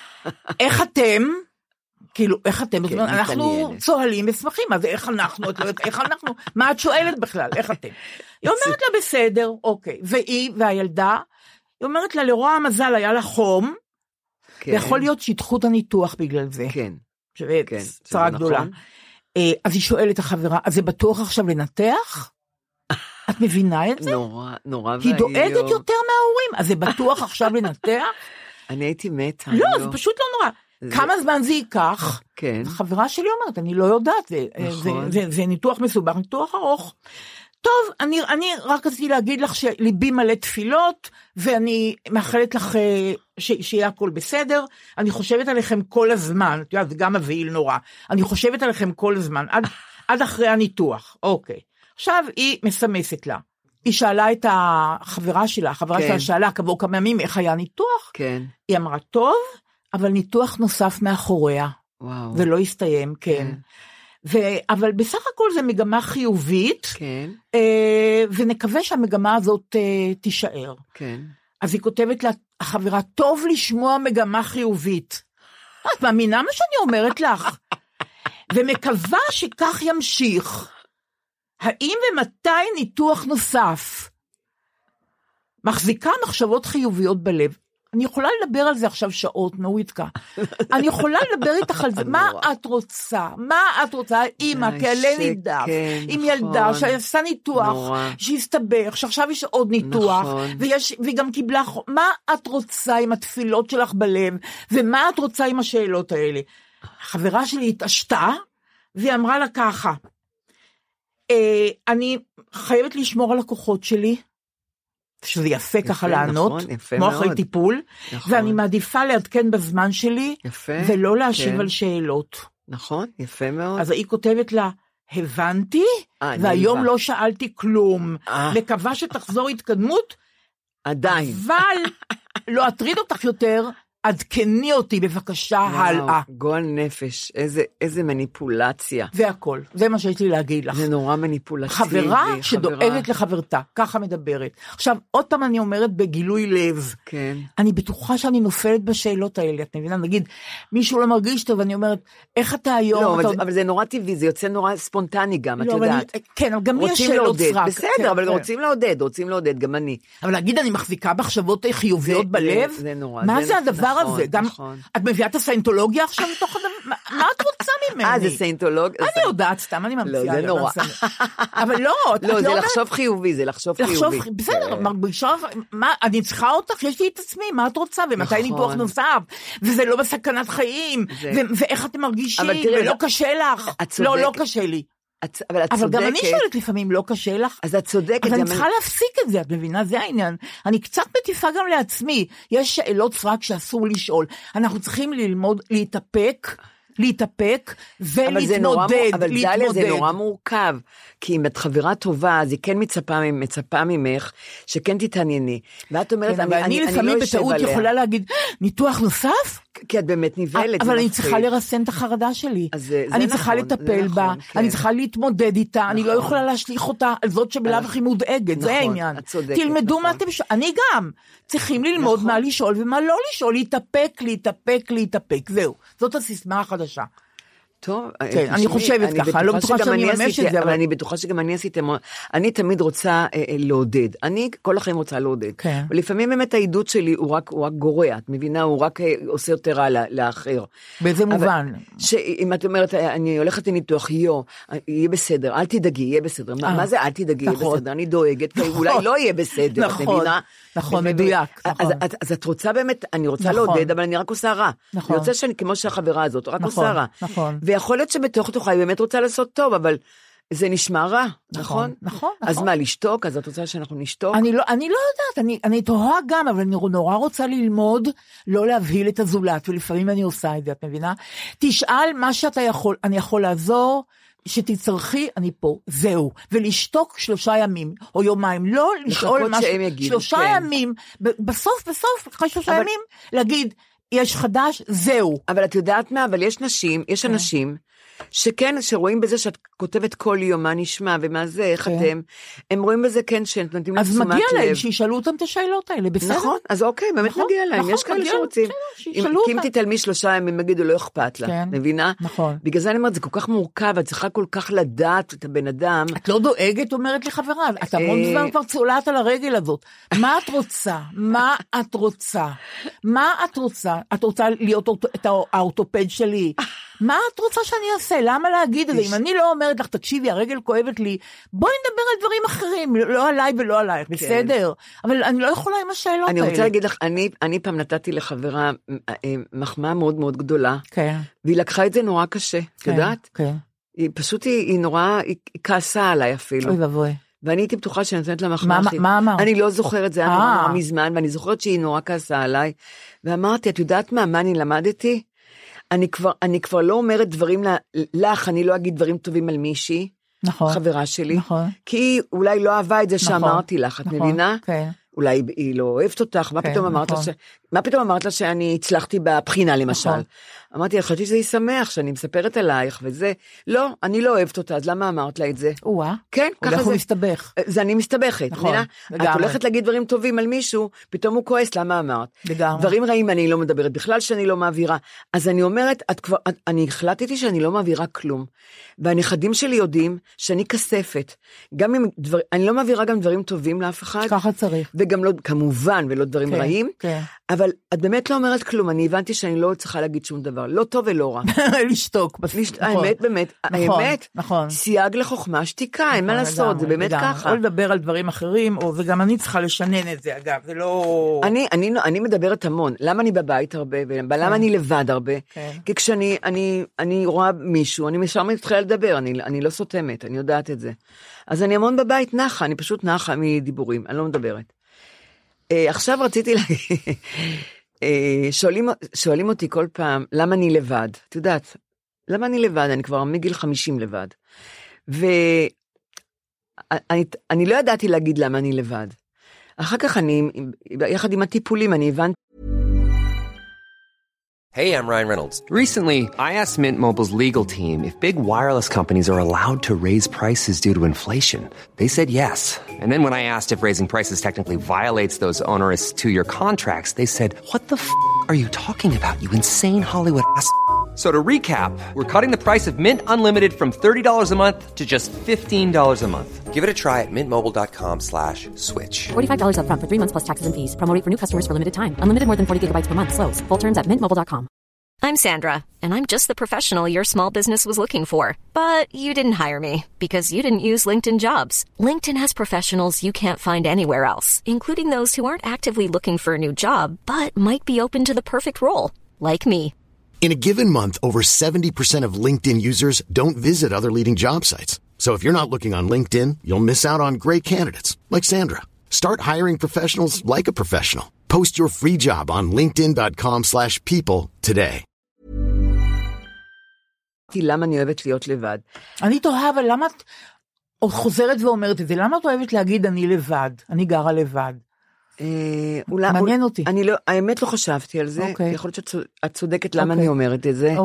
איך אתם? כאילו, איך אתם? אנחנו צוהלים ושמחים, אז איך אנחנו? את לא יודעת, איך אנחנו? מה את שואלת בכלל? איך אתם? היא אומרת לה בסדר, אוקיי. והיא והילדה, היא אומרת לה, לרוע המזל היה לה חום, ויכול להיות שידחו את הניתוח בגלל זה. כן. שווה צרה גדולה. אז היא שואלת החברה, אז זה בטוח עכשיו לנתח? את מבינה את זה? נורא, נורא. היא דואגת יותר מההורים, אז זה בטוח עכשיו לנתח? אני הייתי מתה. לא, זה פשוט לא נורא. כמה זמן זה ייקח? כן. החברה שלי אומרת, אני לא יודעת, זה ניתוח מסובך, ניתוח ארוך. טוב, אני, אני רק רציתי להגיד לך שליבי מלא תפילות, ואני מאחלת לך ש, שיהיה הכל בסדר, אני חושבת עליכם כל הזמן, את יודעת, זה גם מבהיל נורא, אני חושבת עליכם כל הזמן, עד, עד אחרי הניתוח, אוקיי. עכשיו היא מסמסת לה, היא שאלה את החברה שלה, החברה כן. שלה שאלה כעבור כמה ימים איך היה ניתוח, כן. היא אמרה טוב, אבל ניתוח נוסף מאחוריה, וואו. ולא הסתיים, כן. כן. ו... אבל בסך הכל זה מגמה חיובית, כן. אה, ונקווה שהמגמה הזאת אה, תישאר. כן. אז היא כותבת לה, החברה, טוב לשמוע מגמה חיובית. את מאמינה מה שאני אומרת לך? ומקווה שכך ימשיך. האם ומתי ניתוח נוסף? מחזיקה מחשבות חיוביות בלב. אני יכולה לדבר על זה עכשיו שעות, נוריתקה. אני יכולה לדבר איתך על זה, מה את רוצה? מה את רוצה? אימא, כאלה נידף, עם ילדה שעשה ניתוח, שהסתבך, שעכשיו יש עוד ניתוח, והיא גם קיבלה, מה את רוצה עם התפילות שלך בלב, ומה את רוצה עם השאלות האלה? החברה שלי התעשתה, והיא אמרה לה ככה, אני חייבת לשמור על הכוחות שלי, שזה יפה ככה לענות, כמו אחרי טיפול, ואני מעדיפה לעדכן בזמן שלי, ולא להשיב על שאלות. נכון, יפה מאוד. אז היא כותבת לה, הבנתי, והיום לא שאלתי כלום, מקווה שתחזור התקדמות, עדיין. אבל לא אטריד אותך יותר, עדכני אותי בבקשה הלאה. גועל נפש, איזה, איזה מניפולציה. והכל, זה מה שיש לי להגיד לך. זה נורא מניפולטיבי. חברה שדואגת לחברתה, ככה מדברת. עכשיו, עוד פעם אני אומרת בגילוי לב. כן. אני בטוחה שאני נופלת בשאלות האלה, את מבינה? נגיד, מישהו לא מרגיש טוב, אני אומרת, איך אתה היום? לא, אתה... אבל, זה, אבל זה נורא טבעי, זה יוצא נורא ספונטני גם, לא, את יודעת. אני, כן, אבל גם מי השאלות סרק. בסדר, כן, אבל כן. רוצים לעודד, רוצים לעודד, גם אני. אבל להגיד, אני מחזיקה מחשבות חיוביות זה, בלב? זה, זה נורא. מה זה, זה הדבר על זה. גם, את מביאה את הסיינטולוגיה עכשיו לתוך הדבר, מה את רוצה ממני? אה, זה סיינטולוג? אני יודעת, סתם, אני ממציאה. לא, זה נורא. אבל לא, לא, זה לחשוב חיובי, זה לחשוב חיובי. בסדר, מרגישה, אני צריכה אותך, יש לי את עצמי, מה את רוצה, ומתי ניתוח נוסף, וזה לא בסכנת חיים, ואיך אתם מרגישים, ולא קשה לך. לא, לא קשה לי. את, אבל, את אבל גם צודקת. אני שואלת לפעמים, לא קשה לך? אז את צודקת. אז אני צריכה אני... להפסיק את זה, את מבינה? זה העניין. אני קצת מטיפה גם לעצמי. יש שאלות סרק שאסור לשאול. אנחנו צריכים ללמוד, להתאפק, להתאפק ולהתמודד. אבל דליה זה נורא מורכב, כי אם את חברה טובה, אז היא כן מצפה, מצפה ממך, שכן תתענייני. ואת אומרת, כן, אני, אני, אני אני לפעמים לא יושב עליה. בטעות יכולה להגיד, ניתוח נוסף? כי את באמת ניבלת. אבל אני צריכה לרסן את החרדה שלי. אני צריכה לטפל בה, אני צריכה להתמודד איתה, אני לא יכולה להשליך אותה על זאת שבלב הכי מודאגת, זה העניין. תלמדו מה אתם שואלים, אני גם. צריכים ללמוד מה לשאול ומה לא לשאול, להתאפק, להתאפק, להתאפק, זהו. זאת הסיסמה החדשה. טוב, כן, אני חושבת ככה, לא בטוחה שאני ממש את זה, אבל אני בטוחה שגם אני עשיתי, אני תמיד רוצה לעודד, אני כל החיים רוצה לעודד, ולפעמים באמת העידוד שלי הוא רק גורע, את מבינה, הוא רק עושה יותר רע לאחר. באיזה מובן? שאם את אומרת, אני הולכת לניתוח, יו, יהיה בסדר, אל תדאגי, יהיה בסדר, מה זה אל תדאגי, יהיה בסדר, אני דואגת, כי אולי לא יהיה בסדר, את מבינה? נכון, מדויק. אז את רוצה באמת, אני רוצה לעודד, אבל אני רק עושה רע. אני רוצה שאני, כמו שהחברה הזאת, רק עושה רע. ויכול להיות שבתוך תוכה היא באמת רוצה לעשות טוב, אבל זה נשמע רע, נכון? נכון. אז מה, לשתוק? אז את רוצה שאנחנו נשתוק? אני לא, אני לא יודעת, אני, אני תוהה גם, אבל אני נורא רוצה ללמוד, לא להבהיל את הזולת, ולפעמים אני עושה את זה, את מבינה? תשאל מה שאתה יכול, אני יכול לעזור, שתצטרכי, אני פה, זהו, ולשתוק שלושה ימים, או יומיים, לא לשאול משהו, שלושה ימים, בסוף, בסוף, אחרי שלושה ימים, להגיד, יש חדש, זהו. אבל את יודעת מה, אבל יש נשים, יש אנשים, שכן, שרואים בזה שאת כותבת כל יום מה נשמע ומה זה, איך אתם, הם רואים בזה כן שנותנים לך תשומת לב. אז מגיע להם שישאלו אותם את השאלות האלה, בסדר? נכון, אז אוקיי, באמת מגיע להם, יש כאלה שרוצים. כי אם תתעלמי שלושה ימים, יגידו, לא אכפת לה, מבינה? נכון. בגלל זה אני אומרת, זה כל כך מורכב, את צריכה כל כך לדעת את הבן אדם. את לא דואגת, אומרת לי חברה, את המון זמן כבר צולעת על הרגל הזאת. מה את רוצה? מה את רוצה? מה את רוצה? את רוצה להיות את האורתופד שלי? מה את רוצה שאני אעשה? למה להגיד את זה? אם אני לא אומרת לך, תקשיבי, הרגל כואבת לי, בואי נדבר על דברים אחרים, לא עליי ולא עלייך, בסדר? אבל אני לא יכולה עם השאלות האלה. אני רוצה להגיד לך, אני פעם נתתי לחברה מחמאה מאוד מאוד גדולה, והיא לקחה את זה נורא קשה, את יודעת? היא פשוט, היא נורא, היא כעסה עליי אפילו. אוי ובואי. ואני הייתי בטוחה שאני נותנת לה מחמאה. מה אמרת? אני לא זוכרת, זה היה נורא מזמן, ואני זוכרת שהיא נורא כעסה עליי, ואמרתי, את יודעת מה, מה אני למדתי? אני כבר, אני כבר לא אומרת דברים לך, אני לא אגיד דברים טובים על מישהי, נכון, חברה שלי, נכון. כי היא אולי לא אהבה את זה נכון, שאמרתי לך, את נכון, מבינה? כן. אולי היא לא אוהבת אותך, מה כן, פתאום אמרת נכון. לה ש... מה פתאום אמרת לה שאני הצלחתי בבחינה למשל? נכון. אמרתי, חשבתי שזה ישמח, שאני מספרת עלייך וזה, לא, אני לא אוהבת אותה, אז למה אמרת לה את זה? וואה, כן, ככה זה. הוא מסתבך. זה אני מסתבכת, נכון, את הולכת להגיד דברים טובים על מישהו, פתאום הוא כועס, למה אמרת? לגמרי. דברים רעים אני לא מדברת, בכלל שאני לא מעבירה. אז אני אומרת, את כבר, את, אני החלטתי שאני לא מעבירה כלום, והנכדים שלי יודעים שאני כספת, גם אם דבר, אני לא מעבירה גם דברים טובים לאף אחד. ככה צריך. וגם לא, כמובן, ולא דברים כן, רעים, כן. אבל את באמת לא אומרת כלום, אני הבנתי שאני לא צריכה להגיד שום דבר, לא טוב ולא רע. לשתוק. האמת, באמת, האמת, סייג לחוכמה שתיקה, אין מה לעשות, זה באמת ככה. או לדבר על דברים אחרים, וגם אני צריכה לשנן את זה, אגב, זה לא... אני מדברת המון, למה אני בבית הרבה, ולמה אני לבד הרבה, כי כשאני רואה מישהו, אני משם מתחילה לדבר, אני לא סותמת, אני יודעת את זה. אז אני המון בבית נחה, אני פשוט נחה מדיבורים, אני לא מדברת. עכשיו רציתי להגיד, שואלים, שואלים אותי כל פעם, למה אני לבד? את יודעת, למה אני לבד? אני כבר מגיל חמישים לבד. ואני אני לא ידעתי להגיד למה אני לבד. אחר כך אני, יחד עם הטיפולים, אני הבנתי. Hey, I'm Ryan Reynolds. Recently, I asked Mint Mobile's legal team if big wireless companies are allowed to raise prices due to inflation. They said yes. And then when I asked if raising prices technically violates those onerous two-year contracts, they said, what the f*** are you talking about, you insane Hollywood ass f- So to recap, we're cutting the price of Mint Unlimited from thirty dollars a month to just fifteen dollars a month. Give it a try at mintmobile.com slash switch. forty-five dollars up front for three months plus taxes and fees. Promo rate for new customers for limited time. Unlimited more than forty gigabytes per month. Slows full terms at mint mobile dot com. I'm Sandra, and I'm just the professional your small business was looking for. But you didn't hire me because you didn't use LinkedIn Jobs. LinkedIn has professionals you can't find anywhere else, including those who aren't actively looking for a new job, but might be open to the perfect role, like me. In a given month, over seventy percent of LinkedIn users don't visit other leading job sites. So if you're not looking on LinkedIn, you'll miss out on great candidates like Sandra. Start hiring professionals like a professional. Post your free job on linkedin.com slash people today. למה אני אוהבת להיות לבד? אני תוהה, אבל למה את עוד חוזרת ואומרת את זה? למה את אוהבת להגיד אני לבד? אני גרה לבד. מעניין אותי. אני לא, האמת לא חשבתי על זה, יכול להיות שאת צודקת למה אני אומרת את זה,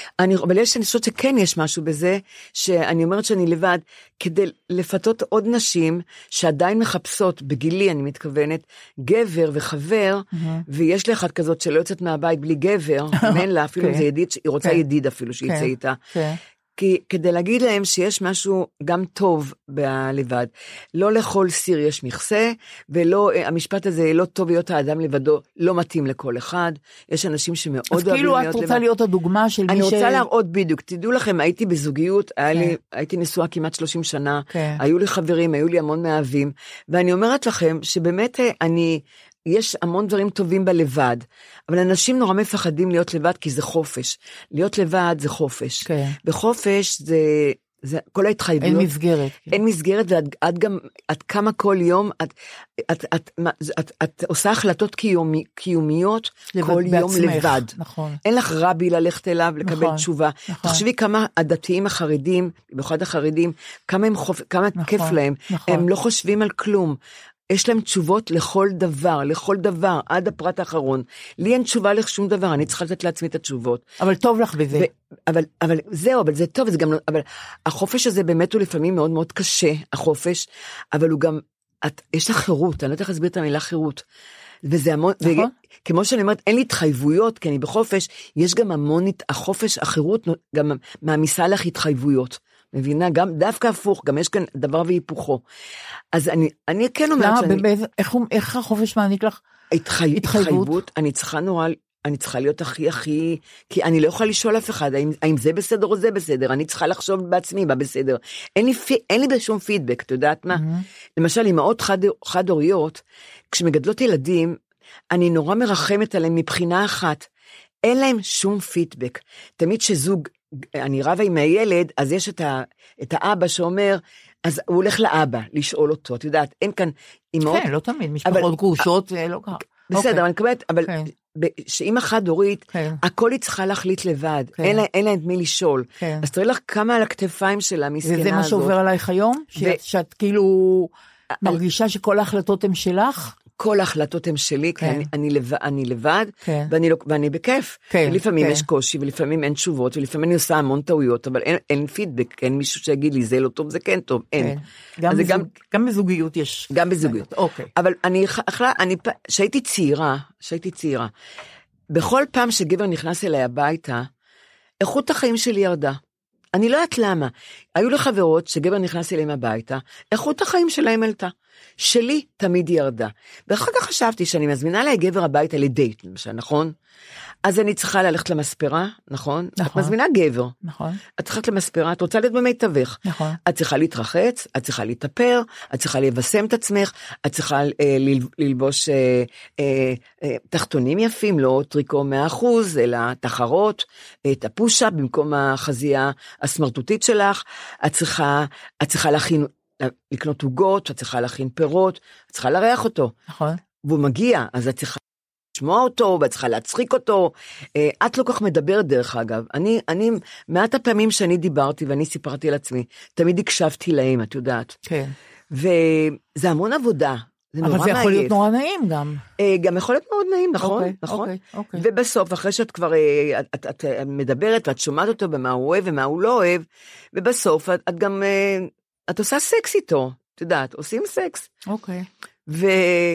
אבל יש, אני חושבת שכן יש משהו בזה, שאני אומרת שאני לבד, כדי לפתות עוד נשים, שעדיין מחפשות, בגילי אני מתכוונת, גבר וחבר, ויש לי אחת כזאת שלא יוצאת מהבית בלי גבר, אין לה, אפילו אם זה ידיד, היא רוצה ידיד אפילו שיצא איתה, כי כדי להגיד להם שיש משהו גם טוב בלבד, לא לכל סיר יש מכסה, ולא, המשפט הזה לא טוב להיות האדם לבדו, לא מתאים לכל אחד, יש אנשים שמאוד אוהבים להיות לבד. אז כאילו את רוצה להיות הדוגמה של מי ש... אני רוצה להראות בדיוק, תדעו לכם, הייתי בזוגיות, הייתי נשואה כמעט שלושים שנה, היו לי חברים, היו לי המון מאהבים, ואני אומרת לכם שבאמת אני... יש המון דברים טובים בלבד, אבל אנשים נורא מפחדים להיות לבד, כי זה חופש. להיות לבד זה חופש. כן. בחופש זה, זה כל ההתחייבויות. אין מסגרת. אין מסגרת, ואת גם, את כמה כל יום, את, את, את, את, את, את עושה החלטות קיומי, קיומיות כל יום לבד. נכון. אין לך רבי ללכת אליו, לקבל נכון, תשובה. נכון. תחשבי כמה הדתיים החרדים, במיוחד החרדים, כמה, הם חופ... כמה נכון, כיף להם. נכון. הם לא חושבים על כלום. יש להם תשובות לכל דבר, לכל דבר, עד הפרט האחרון. לי אין תשובה לשום דבר, אני צריכה לתת לעצמי את התשובות. אבל טוב לך בזה. ו- אבל, אבל זהו, אבל זה טוב, זה גם, אבל החופש הזה באמת הוא לפעמים מאוד מאוד קשה, החופש, אבל הוא גם, את, יש לך חירות, אני לא יודעת להסביר את המילה חירות. וזה המון, נכון? ו- כמו שאני אומרת, אין לי התחייבויות, כי אני בחופש, יש גם המון, החופש, החירות, גם מעמיסה לך התחייבויות. מבינה, גם דווקא הפוך, גם יש כאן דבר והיפוכו. אז אני, אני כן אומרת למה, שאני... באיזה, איך, איך החופש מעניק לך התחי... התחייבות? התחייבות, אני צריכה נורא, אני צריכה להיות הכי הכי, כי אני לא יכולה לשאול אף אחד, האם, האם זה בסדר או זה בסדר, אני צריכה לחשוב בעצמי, מה בסדר. אין לי, אין לי בשום פידבק, את יודעת מה? Mm-hmm. למשל, אמהות חד, חד-הוריות, כשמגדלות ילדים, אני נורא מרחמת עליהם מבחינה אחת, אין להם שום פידבק. תמיד שזוג, אני רבה עם הילד, אז יש את, ה, את האבא שאומר, אז הוא הולך לאבא, לשאול אותו, את יודעת, אין כאן אימהות. כן, לא תמיד, משפחות גרושות, לא ככה. בסדר, אני מקבלת, אבל שאמא חד-הורית, הכל היא צריכה להחליט לבד, אין לה את מי לשאול. אז תראי לך כמה על הכתפיים שלה, מסכנה הזאת. וזה מה שעובר עליך היום? שאת כאילו מרגישה שכל ההחלטות הן שלך? כל ההחלטות הן שלי, כי אני, אני, לבד, אני לבד, ואני, לא, ואני בכיף. לפעמים יש קושי, ולפעמים אין תשובות, ולפעמים אני עושה המון טעויות, אבל אין, אין פידבק, אין מישהו שיגיד לי, זה לא טוב, זה כן טוב, אין. גם, בזוג, גם, גם בזוגיות יש. גם בזוגיות. אוקיי. אבל אני, אני, שהייתי צעירה, שהייתי צעירה, בכל פעם שגבר נכנס אליי הביתה, איכות החיים שלי ירדה. אני לא יודעת למה. היו לי חברות שגבר נכנס אליהם הביתה, איכות החיים שלהם עלתה. שלי תמיד ירדה. ואחר כך חשבתי שאני מזמינה לה גבר הביתה לדייט, למשל, נכון? אז אני צריכה ללכת למספרה, נכון? נכון. את מזמינה גבר. נכון. את צריכה למספרה, את רוצה להיות במיטבך. נכון. את צריכה להתרחץ, את צריכה להתאפר, את צריכה לבשם את עצמך, את צריכה אה, ל, ללבוש אה, אה, אה, תחתונים יפים, לא טריקו מאה אחוז, אלא תחרות, את הפושה במקום החזייה הסמרטוטית שלך, את צריכה, את צריכה להכין, לקנות עוגות, את צריכה להכין פירות, את צריכה לרח אותו. נכון. והוא מגיע, אז את צריכה לשמוע אותו, ואת צריכה להצחיק אותו. את לא כך מדברת דרך אגב. אני, אני, מעט הפעמים שאני דיברתי, ואני סיפרתי על עצמי, תמיד הקשבתי להם, את יודעת. כן. וזה המון עבודה. זה אבל זה יכול להיות נורא נעים גם. גם יכול להיות מאוד נעים, נכון? נכון. ובסוף, אחרי שאת כבר, את מדברת, ואת שומעת אותו, ומה הוא אוהב, ומה הוא לא אוהב, ובסוף, את גם, את עושה סקס איתו, את יודעת, עושים סקס. אוקיי. ו...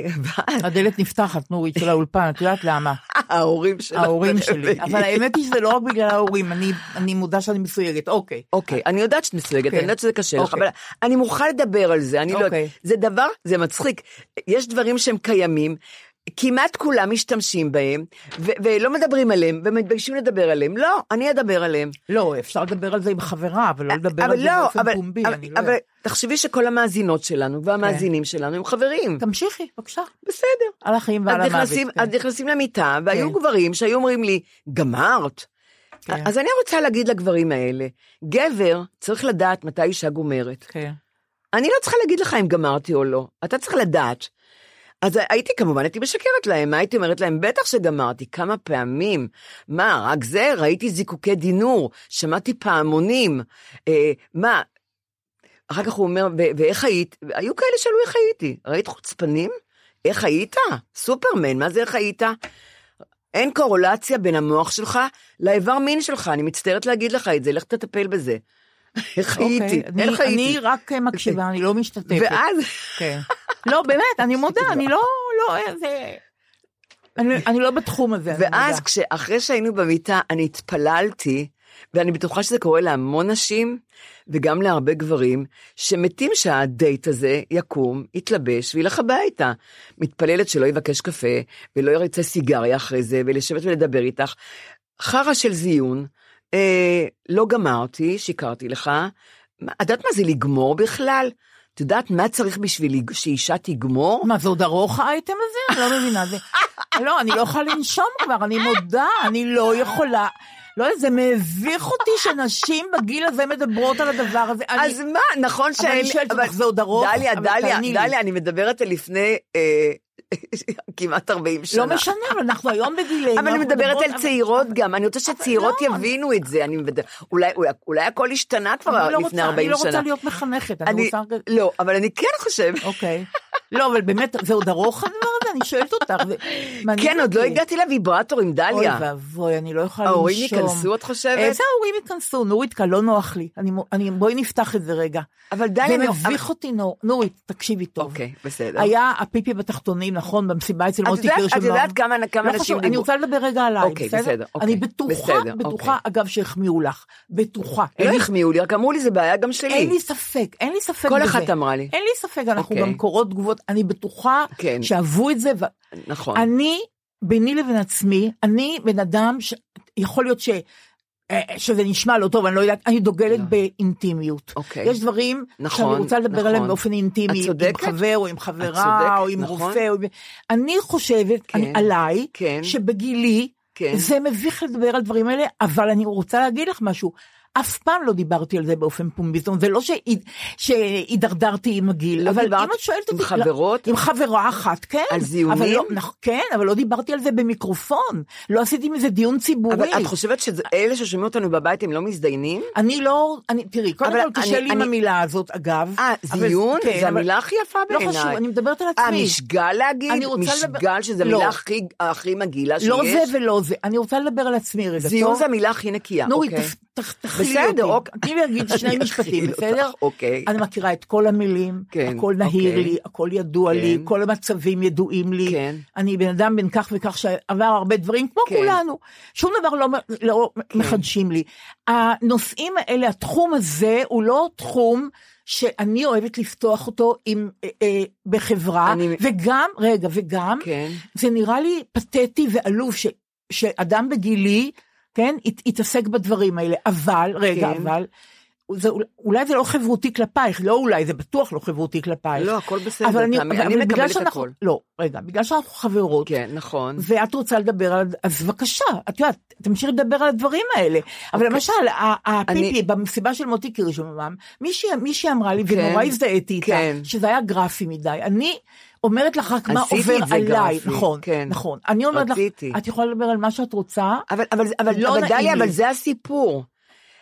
הדלת נפתחת, נורית, של האולפן, את יודעת למה? ההורים שלי. ההורים שלי. אבל האמת היא שזה לא רק בגלל ההורים, אני מודה שאני מסויגת, אוקיי. אוקיי, אני יודעת שאת מסויגת, אני יודעת שזה קשה לך, אבל אני מוכן לדבר על זה, אני לא יודעת. זה דבר, זה מצחיק. יש דברים שהם קיימים, כמעט כולם משתמשים בהם, ולא מדברים עליהם, ומתביישים לדבר עליהם. לא, אני אדבר עליהם. לא, אפשר לדבר על זה עם חברה, אבל לא לדבר על זה באופן פומבי. אבל תחשבי שכל המאזינות שלנו, והמאזינים שלנו הם חברים. תמשיכי, בבקשה. בסדר. על החיים ועל המוות. אז נכנסים למיטה, והיו גברים שהיו אומרים לי, גמרת. אז אני רוצה להגיד לגברים האלה, גבר צריך לדעת מתי אישה גומרת. אני לא צריכה להגיד לך אם גמרתי או לא. אתה צריך לדעת. אז הייתי כמובן, הייתי משקרת להם, מה הייתי אומרת להם? בטח שגמרתי, כמה פעמים, מה, רק זה, ראיתי זיקוקי דינור, שמעתי פעמונים, אה, מה, אחר כך הוא אומר, ואיך היית? היו כאלה שאלו איך הייתי, ראית חוצפנים? איך היית? סופרמן, מה זה איך היית? אין קורולציה בין המוח שלך לאיבר מין שלך, אני מצטערת להגיד לך את זה, לך תטפל בזה. איך הייתי? איך הייתי? אני רק מקשיבה, אני לא משתתפת. ואז... כן. לא, באמת, אני מודה, אני לא, לא, זה... אני, אני לא בתחום הזה. ואז כשאחרי שהיינו במיטה, אני התפללתי, ואני בטוחה שזה קורה להמון נשים, וגם להרבה גברים, שמתים שהדייט הזה יקום, יתלבש, וילך הביתה. מתפללת שלא יבקש קפה, ולא ירצה סיגריה אחרי זה, ולשבת ולדבר איתך. חרה של זיון, אה, לא גמרתי, שיקרתי לך, את יודעת מה זה לגמור בכלל? את יודעת מה צריך בשביל שאישה תגמור? מה, זה עוד ארוך האייטם הזה? אני לא מבינה. זה... לא, אני לא יכולה לנשום כבר, אני מודה, אני לא יכולה. לא, זה מביך אותי שנשים בגיל הזה מדברות על הדבר הזה. אז אני... מה, נכון שאין... אבל אני שואלת אותך, זה עוד ארוך, דליה, אבל דליה, תעני לי. דליה, אני מדברת על לפני... אה... כמעט ארבעים שנה. לא משנה, אבל אנחנו היום בגילאים. אבל אני מדברת על צעירות גם, אני רוצה שצעירות יבינו את זה, אולי הכל השתנה כבר לפני ארבעים שנה. אני לא רוצה להיות מחנכת. לא, אבל אני כן חושבת. אוקיי. לא, אבל באמת, זה עוד ארוך הדבר הזה, אני שואלת אותך. כן, עוד לא הגעתי לוויברטור עם דליה. אוי ואבוי, אני לא יכולה לנשום. ההורים ייכנסו, את חושבת? איזה ההורים ייכנסו? נורית, לא נוח לי. בואי נפתח את זה רגע. אבל דליה... זה מביך אותי, נורית, תקשיבי טוב. אוקיי, בסדר. היה הפיפי בתחתונים, נכון, במסיבה אצל מוטי קירשנבאום. את יודעת כמה אנשים דיברו. אני רוצה לדבר רגע עליי, אוקיי, בסדר. אני בטוחה, בטוחה, אגב, שהחמיאו לך. בטוחה. לא החמיאו לי, רק אמרו לי, זה בעיה גם שלי. אין לי ספק, אין לי ספק בזה. כל אחת אמרה לי. אין לי ספק, אנחנו גם קורות תגובות, אני בטוחה שאהבו את זה. נכון. אני, ביני לבין עצמי, אני בן אדם שיכול להיות ש... שזה נשמע לא טוב, אני לא יודעת, אני דוגלת באינטימיות. יש דברים שאני רוצה לדבר עליהם באופן אינטימי, עם חבר או עם חברה או עם רופא. אני חושבת עליי, שבגילי, זה מביך לדבר על דברים האלה, אבל אני רוצה להגיד לך משהו, אף פעם לא דיברתי על זה באופן פומבי, זאת אומרת, זה לא שהידרדרתי עם הגיל, אבל אם את שואלת אותי... עם חברות? עם חברה אחת, כן. על זיונים? כן, אבל לא דיברתי על זה במיקרופון, לא עשיתי מזה דיון ציבורי. אבל את חושבת שאלה ששומעים אותנו בבית הם לא מזדיינים? אני לא, תראי, קודם כל קשה לי עם המילה הזאת, אגב. אה, זיון? זו המילה הכי יפה בעיניי. לא חשוב, אני מדברת על עצמי. אה, משגל להגיד? משגל שזה המילה הכי מגעילה שיש? לא זה ולא זה, אני רוצה לדבר על עצמי רגע. זיון זה המילה הכי נקייה, אוקיי. בסדר, אוקיי. תני לי להגיד שני משפטים, בסדר? אוקיי. אני מכירה את כל המילים, הכל נהיר לי, הכל ידוע לי, כל המצבים ידועים לי. אני בן אדם בן כך וכך שעבר הרבה דברים, כמו כולנו. שום דבר לא מחדשים לי. הנושאים האלה, התחום הזה, הוא לא תחום שאני אוהבת לפתוח אותו עם, אה, בחברה, אני... וגם, רגע, וגם, כן. זה נראה לי פתטי ועלוב, ש, שאדם בגילי, כן, ית, יתעסק בדברים האלה, אבל, רגע, כן. אבל, זה, אולי זה לא חברותי כלפייך, לא אולי, זה בטוח לא חברותי כלפייך. לא, הכל בסדר, אבל אני, אני, אבל אני מקבלת שאנחנו, הכל. לא, רגע, בגלל שאנחנו חברות, כן, נכון. ואת רוצה לדבר על, אז בבקשה, את יודעת, תמשיך לדבר על הדברים האלה, אבל למשל, הפיפי, במסיבה של מוטי קירשנבאום, מישהי אמרה לי, ונורא הזדהיתי איתה, שזה היה גרפי מדי, אני אומרת לך רק מה עובר עליי, נכון, נכון, אני אומרת לך, את יכולה לדבר על מה שאת רוצה, אבל דליה, אבל זה הסיפור,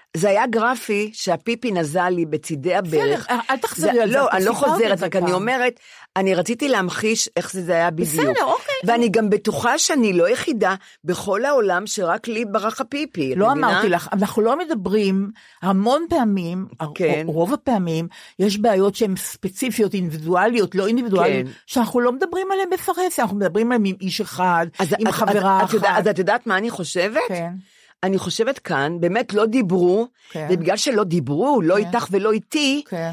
זה היה גרפי שהפיפי נזל לי בצידי הברך. בסדר, אל תחזרי על זה. לא, אני לא חוזרת, רק אני אומרת, אני רציתי להמחיש איך זה היה בדיוק. בסדר, אוקיי. ואני גם בטוחה שאני לא יחידה בכל העולם שרק לי ברח הפיפי. לא אמרתי לך, אנחנו לא מדברים המון פעמים, כן. רוב הפעמים, יש בעיות שהן ספציפיות, אינדיבידואליות, לא אינדיבידואליות, כן. שאנחנו לא מדברים עליהן בפרס, אנחנו מדברים עליהן עם איש אחד, אז, עם אז, חברה אז, אחת. אז, אז את יודעת מה אני חושבת? כן. אני חושבת כאן, באמת לא דיברו, כן. ובגלל שלא דיברו, לא כן. איתך ולא איתי, כן.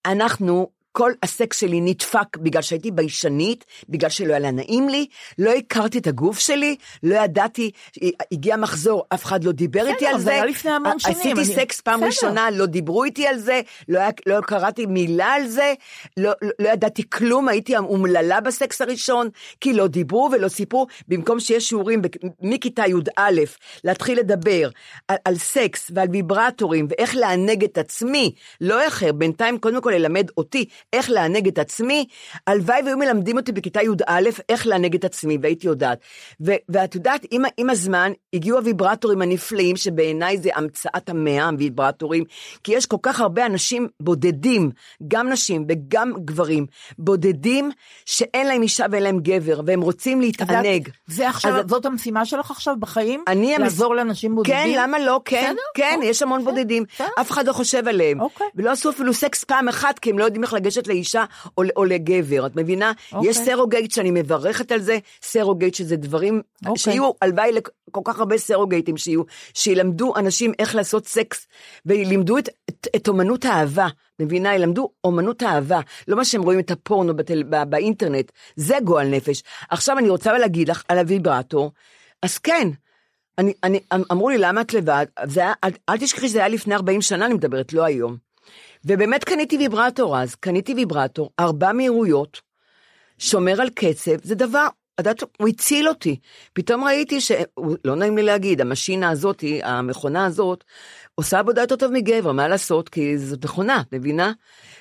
אנחנו, כל הסקס שלי נדפק בגלל שהייתי ביישנית, בגלל שלא היה לה נעים לי, לא הכרתי את הגוף שלי, לא ידעתי, הגיע מחזור, אף אחד לא דיבר איתי על זה. זה היה לפני המון שנים. עשיתי אני... סקס פעם בסדר. ראשונה, לא דיברו איתי על זה, לא, היה, לא קראתי מילה על זה, לא, לא, לא ידעתי כלום, הייתי אומללה בסקס הראשון, כי לא דיברו ולא סיפרו, במקום שיש שיעורים מכיתה י' א', להתחיל לדבר על, על סקס ועל ויברטורים, ואיך לענג את עצמי, לא אחר, בינתיים קודם כל ללמד אותי, איך לענג את עצמי, הלוואי והיו מלמדים אותי בכיתה י' א', איך לענג את עצמי, והייתי יודעת. ו- ואת יודעת, עם, עם הזמן, הגיעו הוויברטורים הנפלאים, שבעיניי זה המצאת המאה, הוויברטורים, כי יש כל כך הרבה אנשים בודדים, גם נשים וגם גברים, בודדים, שאין להם אישה ואין להם גבר, והם רוצים להתענג. זה עכשיו, אז, זאת המשימה שלך עכשיו בחיים? אני לעזור לאנשים בודדים? כן, למה לא? כן, בסדר? כן, אוקיי. יש המון בסדר. בודדים. בסדר. אף אחד לא חושב עליהם. אוקיי. ולא עשו אפילו סקס פעם אחת, כי הם לא יודעים איך לגשת לאישה או, או לגבר. את מבינה? אוקיי. יש סרוגייט שאני מברכת על זה, סרוגייט שזה דברים, אוקיי. שיהיו, הלוואי לכל כך הרבה סרוגייטים שיהיו, שילמדו אנשים איך לעשות סקס, וילמדו את, את, את אומנות האהבה. מבינה, ילמדו אומנות האהבה, לא מה שהם רואים את הפורנו בטל, בא, באינטרנט, זה גועל נפש. עכשיו אני רוצה להגיד לך על הוויברטור, אז כן, אני, אני, אמרו לי למה את לבד, זה היה, אל, אל תשכחי שזה היה לפני ארבעים שנה, אני מדברת, לא היום. ובאמת קניתי ויברטור אז, קניתי ויברטור, ארבע מהירויות, שומר על קצב, זה דבר, יודעת, הוא הציל אותי. פתאום ראיתי ש... לא נעים לי להגיד, המשינה הזאת, המכונה הזאת, עושה עבודה יותר טוב מגבר, מה לעשות? כי זאת מכונה, מבינה?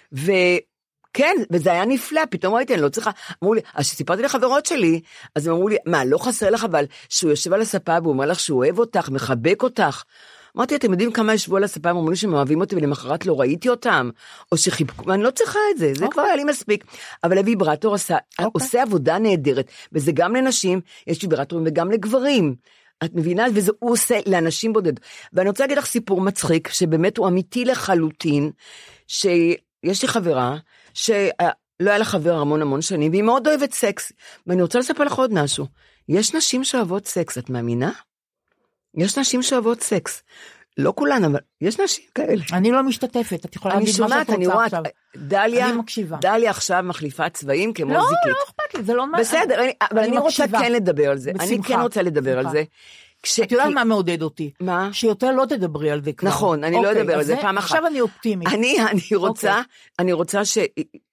וכן, וזה היה נפלא, פתאום ראיתי, אני לא צריכה, אמרו לי, אז שסיפרתי לחברות שלי, אז הם אמרו לי, מה, לא חסר לך, אבל שהוא יושב על הספה, והוא אומר לך שהוא אוהב אותך, מחבק אותך. אמרתי, אתם יודעים כמה ישבו על הספה, הם אמרו לי שהם אוהבים אותי, ולמחרת לא ראיתי אותם, או שחיבקו, אני לא צריכה את זה, זה כבר היה לי מספיק. אבל הוויברטור עושה עבודה נהדרת, וזה גם לנשים, יש ויברטורים וגם לגברים. את מבינה? וזה הוא עושה לאנשים בודד. ואני רוצה להגיד לך סיפור מצחיק, שבאמת הוא אמיתי לחלוטין, שיש לי חברה, שלא היה לה חבר המון המון שנים, והיא מאוד אוהבת סקס. ואני רוצה לספר לך עוד משהו. יש נשים שאוהבות סקס, את מאמינה? יש נשים שאוהבות סקס. לא כולן, אבל יש נשים כאלה. אני לא משתתפת, את יכולה להגיד מה שאת רוצה עכשיו. דליה, אני מקשיבה. דליה עכשיו מחליפה צבעים כמו לא, זיקית. לא אכפת לי, זה לא... בסדר, אני, אבל אני, אני רוצה כן לדבר על זה. בשמחה. אני כן רוצה לדבר בשמחה. על זה. כש... את יודעת מה מעודד אותי? מה? שיותר לא תדברי על זה כבר. נכון, אני אוקיי, לא אדבר על זה זה פעם אחת. עכשיו אני אופטימית. אני, אני רוצה, אוקיי. אני רוצה ש...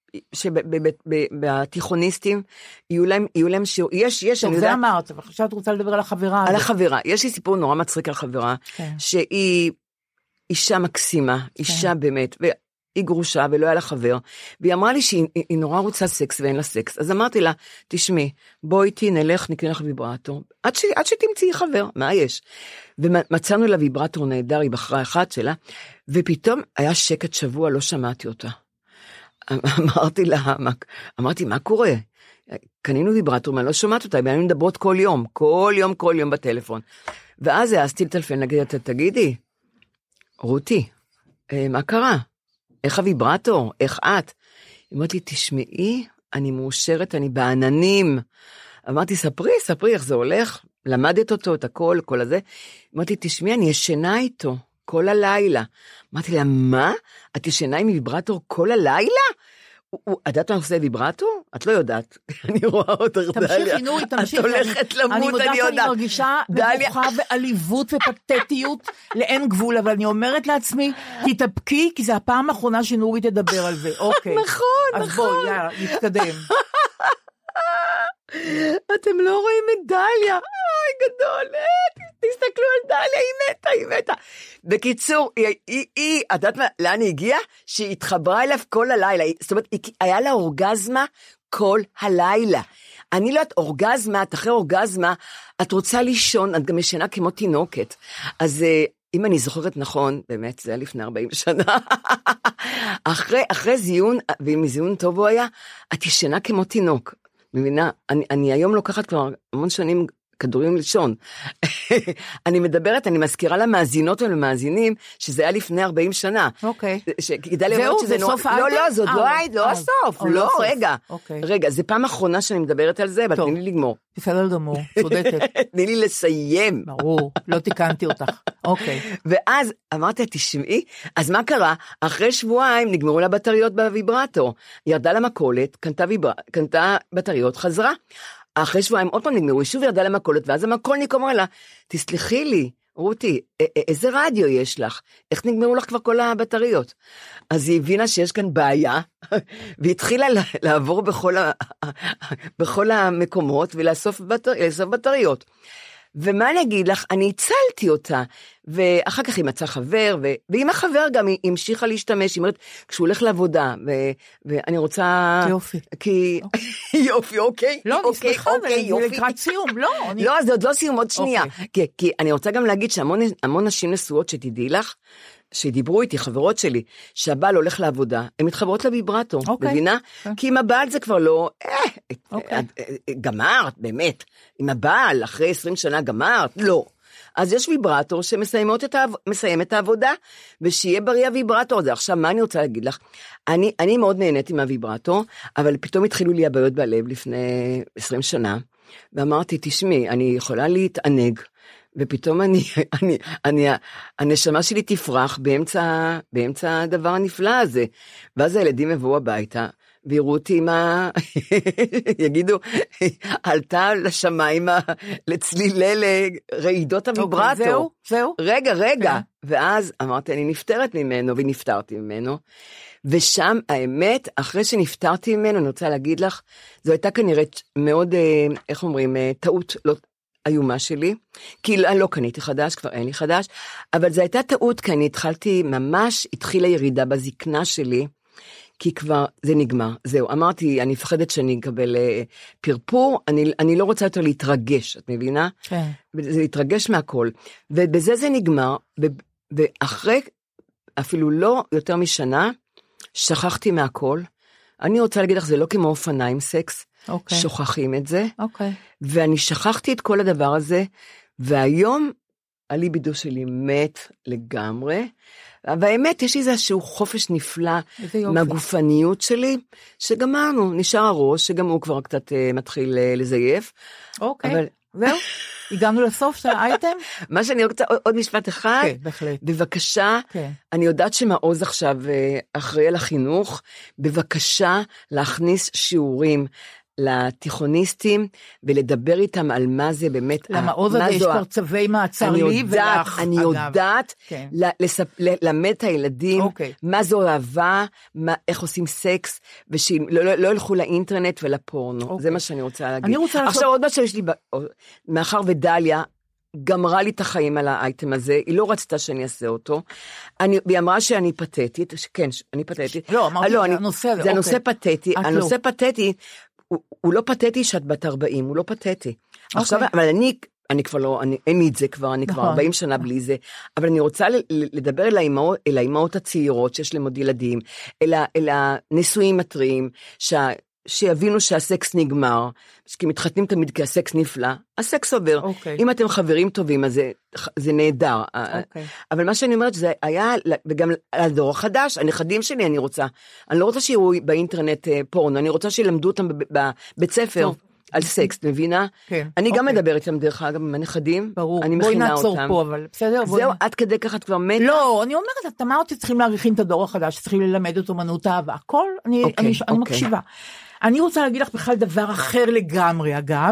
שבתיכוניסטים יהיו להם, יהיו להם שיעור, יש, יש, טוב, זה אמרת, עכשיו את רוצה לדבר על החברה. על החברה, יש לי סיפור נורא מצחיק על חברה, שהיא אישה מקסימה, אישה באמת, והיא גרושה ולא היה לה חבר, והיא אמרה לי שהיא נורא רוצה סקס ואין לה סקס, אז אמרתי לה, תשמעי, בואי איתי נלך, נקנה לך ויברטור, עד שתמצאי חבר, מה יש? ומצאנו לה ויברטור נהדר, היא בחרה אחת שלה, ופתאום היה שקט שבוע, לא שמעתי אותה. אמרתי לה, אמרתי, מה קורה? קנינו ויברטור, אני לא שומעת אותה, ואני מדברות כל יום, כל יום, כל יום בטלפון. ואז העזתי לטלפון, להגיד, תגידי, רותי, מה קרה? איך הוויברטור? איך את? אמרתי, תשמעי, אני מאושרת, אני בעננים. אמרתי, ספרי, ספרי, איך זה הולך? למדת אותו, את הכל, כל הזה. אמרתי, תשמעי, אני ישנה איתו. כל הלילה. אמרתי לה, מה? את ישנה עם ויברטור כל הלילה? את יודעת מה עושה ויברטור? את לא יודעת. אני רואה אותך, דליה. תמשיכי, נורי, תמשיכי. את הולכת למות, אני יודעת. אני מודה שאני מרגישה מבוכה ועליבות ופתטיות לאין גבול, אבל אני אומרת לעצמי, תתאפקי, כי זה הפעם האחרונה שנורי תדבר על זה. אוקיי. נכון, נכון. אז בואי, יאללה, נתקדם. אתם לא רואים את דליה, אוי גדול, תסתכלו על דליה, היא מתה, היא מתה. בקיצור, היא, היא, היא, את יודעת מה, לאן היא הגיעה? שהיא התחברה אליו כל הלילה, זאת אומרת, היה לה אורגזמה כל הלילה. אני לא יודעת, אורגזמה, את אחרי אורגזמה, את רוצה לישון, את גם ישנה כמו תינוקת. אז אם אני זוכרת נכון, באמת, זה היה לפני ארבעים שנה, אחרי, אחרי זיון, ואם זיון טוב הוא היה, את ישנה כמו תינוק, מבינה? אני, אני היום לוקחת כבר המון שנים כדורים לישון. אני מדברת, אני מזכירה למאזינות ולמאזינים, שזה היה לפני ארבעים שנה. אוקיי. כדאי לראות שזה נורא... לא, לא, זאת לא היית, לא הסוף. לא, רגע. רגע, זה פעם אחרונה שאני מדברת על זה, אבל תני לי לגמור. בסדר גמור, צודקת. תני לי לסיים. ברור, לא תיקנתי אותך. אוקיי. ואז אמרתי, תשמעי, אז מה קרה? אחרי שבועיים נגמרו לה בטריות בוויברטור. ירדה למכולת, קנתה בטריות, חזרה. אחרי שבועיים עוד פעם נגמרו, היא שוב ירדה למכולת, ואז המכולניק אומר לה, תסלחי לי, רותי, איזה רדיו יש לך? איך נגמרו לך כבר כל הבטריות? אז היא הבינה שיש כאן בעיה, והתחילה לעבור בכל, ה... בכל המקומות, ולאסוף בטר... בטריות. ומה אני אגיד לך? אני הצלתי אותה, ואחר כך היא מצאה חבר, ו... ועם החבר גם היא המשיכה להשתמש, היא אומרת, כשהוא הולך לעבודה, ו... ואני רוצה... יופי. כי... יופי, אוקיי. לא, אוקיי, אני שמחה, אוקיי, זה לקראת סיום, לא. אני... לא, זה עוד לא סיום, עוד שנייה. אוקיי. כי, כי אני רוצה גם להגיד שהמון המון נשים נשואות שתדעי לך, שדיברו איתי, חברות שלי, שהבעל הולך לעבודה, הן מתחברות לוויברטור, אוקיי. מבינה? אוקיי. כי עם הבעל זה כבר לא, אה, אוקיי. גמרת, באמת. עם הבעל, אחרי עשרים שנה גמרת, לא. אז יש ויברטור שמסיימות את, העב... מסיים את העבודה, ושיהיה בריא הוויברטור הזה. עכשיו, מה אני רוצה להגיד לך? אני, אני מאוד נהניתי מהוויברטור, אבל פתאום התחילו לי הבעיות בלב לפני עשרים שנה, ואמרתי, תשמעי, אני יכולה להתענג, ופתאום אני, אני, אני, הנשמה שלי תפרח באמצע, באמצע הדבר הנפלא הזה. ואז הילדים יבואו הביתה, ויראו אותי מה, יגידו, עלתה לשמיים לצלילי לרעידות הוויברטור. אוקיי, זהו, זהו. רגע, רגע. ואז אמרתי, אני נפטרת ממנו, ונפטרתי ממנו. ושם, האמת, אחרי שנפטרתי ממנו, אני רוצה להגיד לך, זו הייתה כנראה מאוד, איך אומרים, טעות לא איומה שלי, כי אני לא קניתי חדש, כבר אין לי חדש, אבל זו הייתה טעות, כי אני התחלתי, ממש התחילה ירידה בזקנה שלי, כי כבר זה נגמר, זהו, אמרתי, אני מפחדת שאני אקבל אה, פרפור, אני, אני לא רוצה יותר להתרגש, את מבינה? כן. זה להתרגש מהכל, ובזה זה נגמר, ו, ואחרי, אפילו לא יותר משנה, שכחתי מהכל, אני רוצה להגיד לך, זה לא כמו אופניים סקס, אוקיי. שוכחים את זה, אוקיי. ואני שכחתי את כל הדבר הזה, והיום הליבידו שלי מת לגמרי, והאמת יש איזשהו חופש נפלא מהגופניות שלי, שגמרנו, נשאר הראש, שגם הוא כבר קצת uh, מתחיל uh, לזייף. אוקיי, אבל... זהו, הגענו לסוף של האייטם. מה שאני רוצה, עוד, עוד משפט אחד, כן, בהחלט. בבקשה, כן. אני יודעת שמעוז עכשיו uh, אחראי על החינוך, בבקשה להכניס שיעורים, לתיכוניסטים, ולדבר איתם על מה זה באמת... למעוז הזה יש כבר צווי מעצר לי ולך, אני יודעת ללמד את הילדים, מה זו אהבה, איך עושים סקס, ושלא ילכו לאינטרנט ולפורנו. זה מה שאני רוצה להגיד. עכשיו עוד מה שיש לי, מאחר ודליה, גמרה לי את החיים על האייטם הזה, היא לא רצתה שאני אעשה אותו, היא אמרה שאני פתטית, כן, אני פתטית. לא, אמרתי, זה הנושא. זה הנושא פתטי, הנושא פתטי, הוא, הוא לא פתטי שאת בת ארבעים, הוא לא פתטי. Okay. עכשיו, אבל אני, אני כבר לא, אני, אין לי את זה כבר, אני נכון. כבר ארבעים שנה בלי זה, אבל אני רוצה לדבר אל האימהות, אל האימהות הצעירות שיש להם עוד ילדים, אל, אל הנשואים מטריים, שה, שיבינו שהסקס נגמר, כי מתחתנים תמיד כי הסקס נפלא, הסקס עובר. Okay. אם אתם חברים טובים, אז זה, זה נהדר. Okay. אבל מה שאני אומרת, זה היה, וגם לדור החדש, הנכדים שלי אני רוצה, אני לא רוצה שיראו באינטרנט פורנו, אני רוצה שילמדו אותם בבית ספר. טוב. על סקס, מבינה? כן. אני גם מדברת איתם דרך אגב, עם הנכדים. ברור. אני מכינה אותם. בואי נעצור פה, אבל בסדר. זהו, עד כדי ככה את כבר מתה? לא, אני אומרת, את אמרת שצריכים להעריכים את הדור החדש, שצריכים ללמד את אומנות אהבה. הכל, אני מקשיבה. אני רוצה להגיד לך בכלל דבר אחר לגמרי, אגב.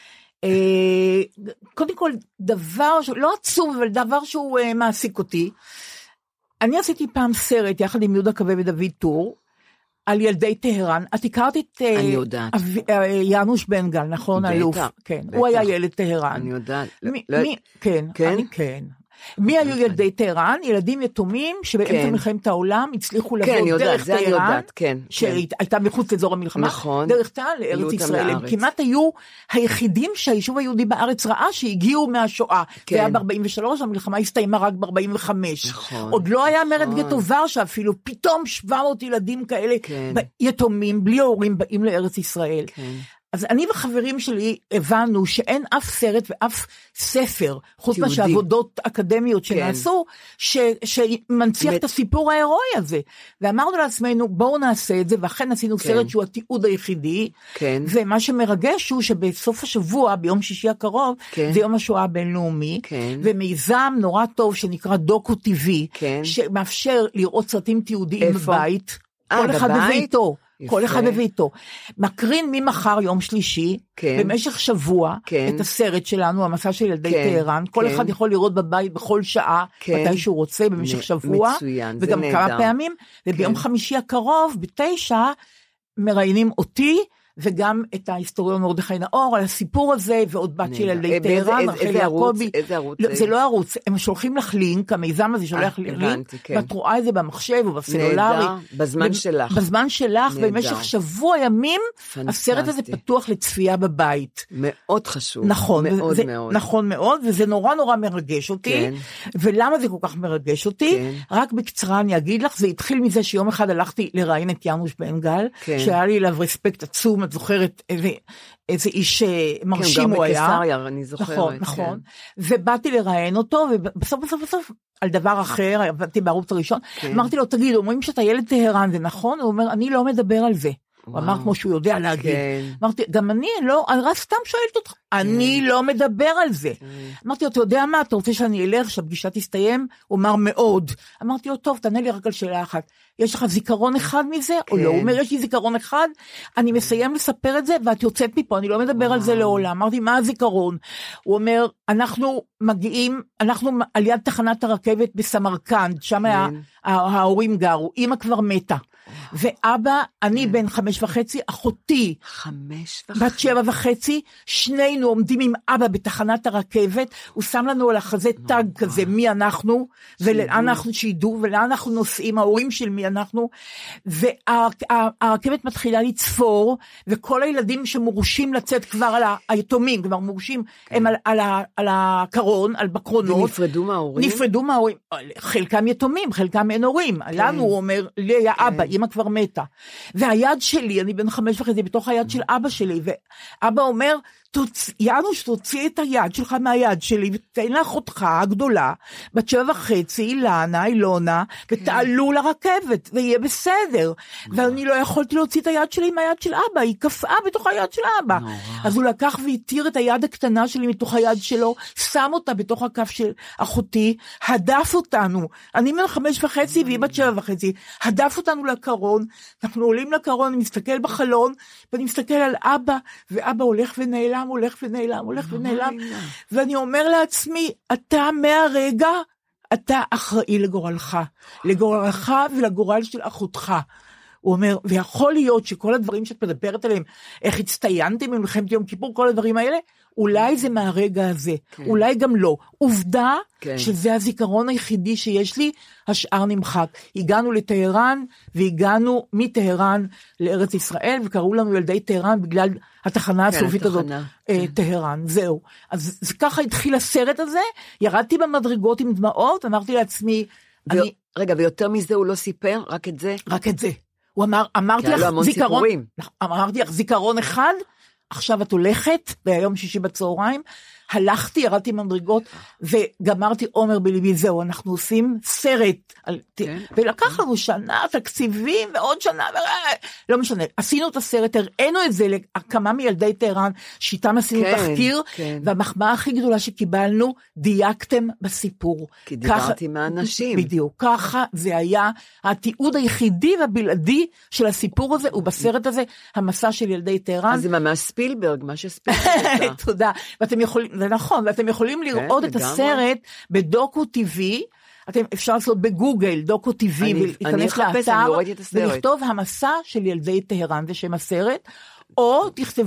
קודם כל, דבר, לא עצוב, אבל דבר שהוא מעסיק אותי. אני עשיתי פעם סרט, יחד עם יהודה קווה ודוד טור, על ילדי טהרן. את הכרת את יאנוש בן גל, נכון? אלוף. כן, הוא היה ילד טהרן. אני יודעת. כן, כן. מי היו ילדי טהרן? ילדים יתומים שבאמצע מלחמת העולם הצליחו לבוא דרך טהרן, שהייתה מחוץ לאזור המלחמה, דרך טהרן לארץ ישראל. הם כמעט היו היחידים שהיישוב היהודי בארץ ראה שהגיעו מהשואה. זה היה ב-ארבעים ושלוש, המלחמה הסתיימה רק ב-ארבעים וחמש. עוד לא היה מרד גטו ורשה, אפילו פתאום שבע מאות ילדים כאלה יתומים, בלי הורים, באים לארץ ישראל. אז אני וחברים שלי הבנו שאין אף סרט ואף ספר, חוץ מהעבודות אקדמיות שנעשו, שמנציח את הסיפור ההירואי הזה. ואמרנו לעצמנו, בואו נעשה את זה, ואכן עשינו סרט שהוא התיעוד היחידי, ומה שמרגש הוא שבסוף השבוע, ביום שישי הקרוב, זה יום השואה הבינלאומי, ומיזם נורא טוב שנקרא דוקו טיווי, שמאפשר לראות סרטים תיעודיים בבית, כל אחד בביתו. כל אחד בביתו. מקרין ממחר יום שלישי, במשך שבוע, את הסרט שלנו, המסע של ילדי טהרן, כל אחד יכול לראות בבית בכל שעה, מתי שהוא רוצה, במשך שבוע, וגם כמה פעמים, וביום חמישי הקרוב, בתשע, מראיינים אותי, וגם את ההיסטוריון מרדכי נאור, על הסיפור הזה, ועוד בת של ילדי טהרן, איזה ערוץ? איזה ערוץ? זה לא ערוץ, הם שולחים לך לינק, המיזם הזה שולח לינק, ואת רואה את זה במחשב או בסלולרי. בזמן שלך. בזמן שלך, ובמשך שבוע ימים, הסרט הזה פתוח לצפייה בבית. מאוד חשוב. נכון. מאוד מאוד. נכון מאוד, וזה נורא נורא מרגש אותי, ולמה זה כל כך מרגש אותי? רק בקצרה אני אגיד לך, זה התחיל מזה שיום אחד הלכתי לראיין את יאנוש בן גל, שהיה לי אליו רספקט עצום, את זוכרת איזה, איזה איש מרשים הוא היה. גם בקיסריה, אני זוכרת. נכון, נכון. ובאתי לראיין אותו, ובסוף בסוף בסוף, על דבר אחר, עבדתי בערוץ הראשון, אמרתי לו, תגיד, אומרים שאתה ילד טהרן, זה נכון? הוא אומר, אני לא מדבר על זה. הוא אמר כמו שהוא יודע להגיד. אמרתי, גם אני לא, אני רק סתם שואלת אותך, אני לא מדבר על זה. אמרתי לו, אתה יודע מה, אתה רוצה שאני אלך, שהפגישה תסתיים? הוא אמר מאוד. אמרתי לו, טוב, תענה לי רק על שאלה אחת. יש לך זיכרון אחד מזה? או לא? הוא אומר, יש לי זיכרון אחד, אני מסיים לספר את זה, ואת יוצאת מפה, אני לא מדבר על זה לעולם. אמרתי, מה הזיכרון? הוא אומר, אנחנו מגיעים, אנחנו על יד תחנת הרכבת בסמרקנד, שם ההורים גרו, אמא כבר מתה. ואבא, אני בן חמש וחצי, אחותי, חמש בת שבע וחצי, שנינו עומדים עם אבא בתחנת הרכבת, הוא שם לנו על החזה תג כזה, מי אנחנו, ולאן אנחנו שידעו, ולאן אנחנו נוסעים, ההורים של מי אנחנו, והרכבת מתחילה לצפור, וכל הילדים שמורשים לצאת כבר על היתומים, כבר מורשים, הם על הקרון, על בקרונות. ונפרדו מההורים? נפרדו מההורים, חלקם יתומים, חלקם אין הורים, לנו הוא אומר, לי היה אבא, אמא כבר מתה, והיד שלי, אני בן חמש וחצי, בתוך היד של אבא שלי, ואבא אומר, יאנוש, תוציא את היד שלך מהיד שלי, ותן לאחותך הגדולה, בת שבע וחצי, אילנה, אילונה, ותעלו לרכבת, ויהיה בסדר. ואני לא יכולתי להוציא את היד שלי מהיד של אבא, היא קפאה בתוך היד של אבא. אז הוא לקח והתיר את היד הקטנה שלי מתוך היד שלו, שם אותה בתוך הכף של אחותי, הדף אותנו, אני בן חמש וחצי, והיא בת שבע וחצי, הדף אותנו לקרון, אנחנו עולים לקרון, אני מסתכל בחלון, ואני מסתכל על אבא, ואבא הולך ונעלם, הולך ונעלם, הולך ונעלם, ואני אומר לעצמי, אתה מהרגע, אתה אחראי לגורלך, לגורלך ולגורל של אחותך. הוא אומר, ויכול להיות שכל הדברים שאת מדברת עליהם, איך הצטיינתם ממלחמת יום כיפור, כל הדברים האלה, אולי זה מהרגע הזה, אולי גם לא. עובדה שזה הזיכרון היחידי שיש לי, השאר נמחק. הגענו לטהרן, והגענו מטהרן לארץ ישראל, וקראו לנו ילדי טהרן בגלל התחנה הסופית הזאת, טהרן, זהו. אז ככה התחיל הסרט הזה, ירדתי במדרגות עם דמעות, אמרתי לעצמי, רגע, ויותר מזה הוא לא סיפר, רק את זה? רק את זה. הוא אמר, אמרתי לך זיכרון, אמרתי לך זיכרון אחד, עכשיו את הולכת, ביום שישי בצהריים, הלכתי, ירדתי מדרגות, וגמרתי עומר בליבי, זהו, אנחנו עושים סרט, ולקח לנו שנה, תקציבים, ועוד שנה, לא משנה, עשינו את הסרט, הראינו את זה לכמה מילדי טהרן, שאיתם עשינו תחקיר, והמחמאה הכי גדולה שקיבלנו, דייקתם בסיפור. כי דיברתי מהאנשים. בדיוק, ככה זה היה התיעוד היחידי והבלעדי של הסיפור הזה, ובסרט הזה, המסע של ילדי טהרן. אז זה ממש ספילברג, מה שספילברג עשה. תודה, ואתם יכולים, זה נכון, ואתם יכולים לראות את הסרט בדוקו טיווי, אתם אפשר לעשות בגוגל, דוקו טיווי, ולהיכנס לאתר, ולכתוב המסע של ילדי טהרן, זה שם הסרט, או תכתבו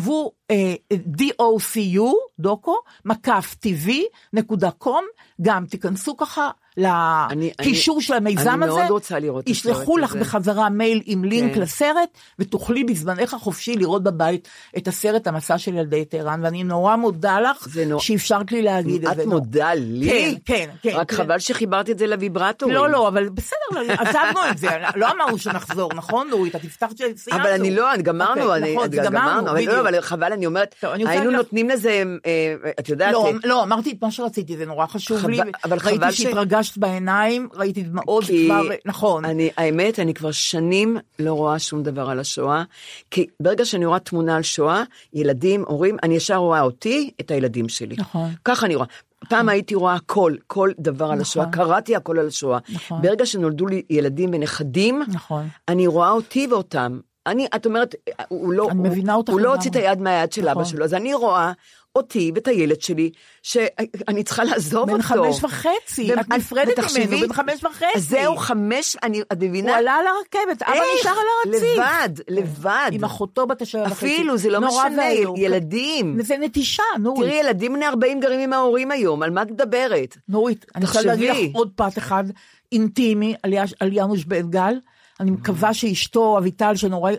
די או סי יו, דוקו, מקף טיווי נקודה קום, גם תיכנסו ככה לקישור של המיזם הזה, ישלחו לך בחזרה מייל עם לינק לסרט, ותוכלי בזמנך החופשי לראות בבית את הסרט המסע של ילדי טהרן, ואני נורא מודה לך שאפשרת לי להגיד את זה. את מודה לי? כן, כן. רק חבל שחיברתי את זה לוויברטורים. לא, לא, אבל בסדר, עזבנו את זה, לא אמרנו שנחזור, נכון, נורית? את הבטחת שסיימנו. אבל אני לא, גמרנו, גמרנו, אבל חבל, אני אומרת, היינו נותנים לזה, את יודעת... לא, אמרתי את מה שרציתי, זה נורא חשוב לי, ראיתי שהתרגשת בעיניים, ראיתי דמעות, נכון. האמת, אני כבר שנים לא רואה שום דבר על השואה, כי ברגע שאני רואה תמונה על שואה, ילדים, הורים, אני ישר רואה אותי, את הילדים שלי. נכון. ככה אני רואה. פעם הייתי רואה הכל, כל דבר על השואה, קראתי הכל על השואה. ברגע שנולדו לי ילדים ונכדים, אני רואה אותי ואותם. אני, את אומרת, הוא לא, הוא לא הוציא את היד מהיד של אבא שלו, אז אני רואה אותי ואת הילד שלי, שאני צריכה לעזוב אותו. בן חמש וחצי, את נפרדת ממנו, בן חמש וחצי. אז זהו חמש, אני, את מבינה? הוא עלה על הרכבת, אבא נשאר על הרציף. לבד, לבד. עם אחותו בת השעה וחצי. אפילו, זה לא משנה, ילדים. זה נתישה, נורית. תראי, ילדים בני ארבעים גרים עם ההורים היום, על מה את מדברת? נורית, אני רוצה להגיד לך עוד פרט אחד, אינטימי, על ינוש בן גל, אני מקווה שאשתו, אביטל, שנורא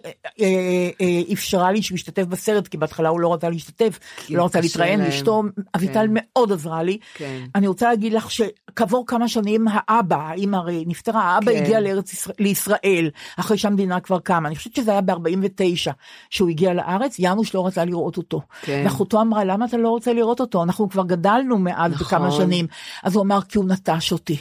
אפשרה לי שמשתתף בסרט, כי בהתחלה הוא לא רצה להשתתף, לא רצה להתראיין, אשתו, אביטל מאוד עזרה לי. אני רוצה להגיד לך שכעבור כמה שנים האבא, האמא הרי נפטרה, האבא הגיע לישראל, אחרי שהמדינה כבר קמה. אני חושבת שזה היה ב-ארבעים ותשע, שהוא הגיע לארץ, ינוש לא רצה לראות אותו. ואחותו אמרה, למה אתה לא רוצה לראות אותו? אנחנו כבר גדלנו מעט בכמה שנים. אז הוא אמר, כי הוא נטש אותי.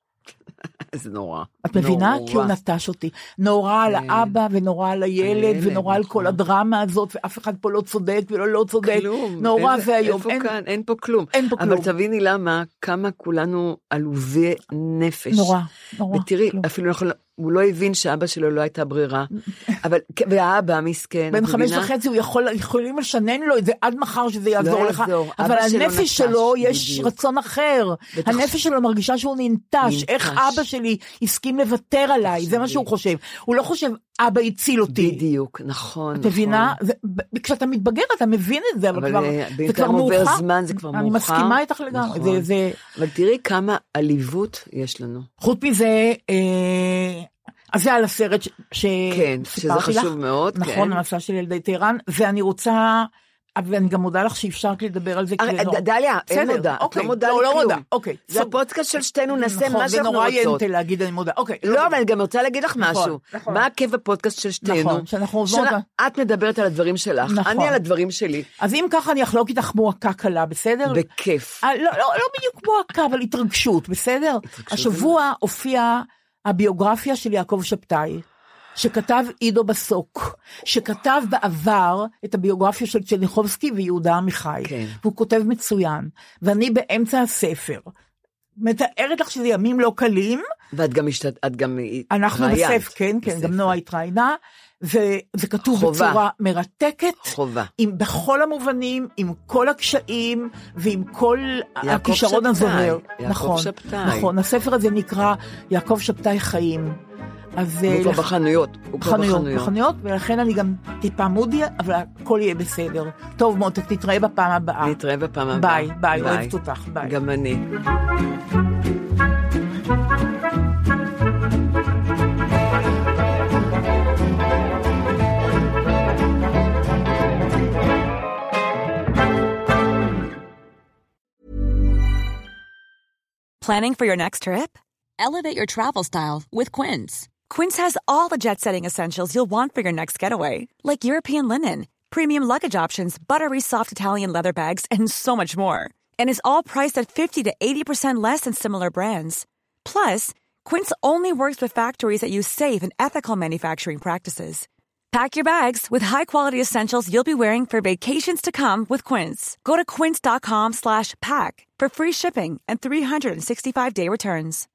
זה נורא. את מבינה? כי הוא נטש אותי. נורא על האבא ונורא על הילד ונורא על כל הדרמה הזאת, ואף אחד פה לא צודק ולא לא צודק. נורא והיום. אין פה כלום. אבל תביני למה, כמה כולנו עלובי נפש. נורא, נורא. ותראי, אפילו הוא לא הבין שאבא שלו לא הייתה ברירה. אבל, והאבא מסכן. בן חמש וחצי הוא יכול, יכולים לשנן לו את זה עד מחר שזה יעזור לך. אבל הנפש שלו יש רצון אחר. הנפש שלו מרגישה שהוא ננטש. איך אבא שלי הסכים לוותר עליי? זה מה שהוא חושב. הוא לא חושב, אבא הציל אותי. בדיוק, נכון. את מבינה? כשאתה מתבגר אתה מבין את זה, אבל זה כבר מאוחר. זה כבר מאוחר. אני מסכימה איתך לגמרי. אבל תראי כמה עליבות יש לנו. חוץ מזה, אז זה על הסרט כן, שזה חשוב מאוד. נכון, המסע של ילדי טהרן, ואני רוצה, ואני גם מודה לך שאפשרת לדבר על זה. דליה, אין מודה, את לא מודה לכלום. זה הפודקאסט של שתינו, נעשה מה שאנחנו רוצות. זה נורא ינטה להגיד אני מודה. לא, אבל אני גם רוצה להגיד לך משהו. מה הכיף בפודקאסט של שתינו? את מדברת על הדברים שלך, אני על הדברים שלי. אז אם ככה אני אחלוק איתך מועקה קלה, בסדר? בכיף. לא בדיוק מועקה, אבל התרגשות, בסדר? השבוע הופיע הביוגרפיה של יעקב שבתאי, שכתב עידו בסוק, שכתב בעבר את הביוגרפיה של צ'רניחובסקי ויהודה עמיחי, כן. והוא כותב מצוין, ואני באמצע הספר, מתארת לך שזה ימים לא קלים, ואת גם השתת, את גם אנחנו התראיינת. בסף, כן, כן, בספר. גם נועה התראיינה, וזה כתוב חובה. בצורה מרתקת, חובה. עם בכל המובנים, עם כל הקשיים, ועם כל הכישרון הזוהר. נכון, שבתאי. נכון, הספר הזה נקרא יעקב שבתאי חיים. אז הוא כבר בחנויות, הוא כבר בחנויות, בחנויות, ולכן אני גם טיפה מודי, אבל הכל יהיה בסדר. טוב מאוד, תתראה בפעם הבאה. נתראה בפעם הבאה. ביי, ביי, אוהבת אותך, ביי. גם אני. Planning for your next trip? Elevate your travel style with Quince. Quince has all the jet-setting essentials you'll want for your next getaway, like European linen, premium luggage options, buttery soft Italian leather bags, and so much more. And is all priced at fifty to eighty percent less than similar brands. Plus, Quince only works with factories that use safe and ethical manufacturing practices. Pack your bags with high-quality essentials you'll be wearing for vacations to come with Quince. Go to quince.com slash pack for free shipping and three sixty-five day returns.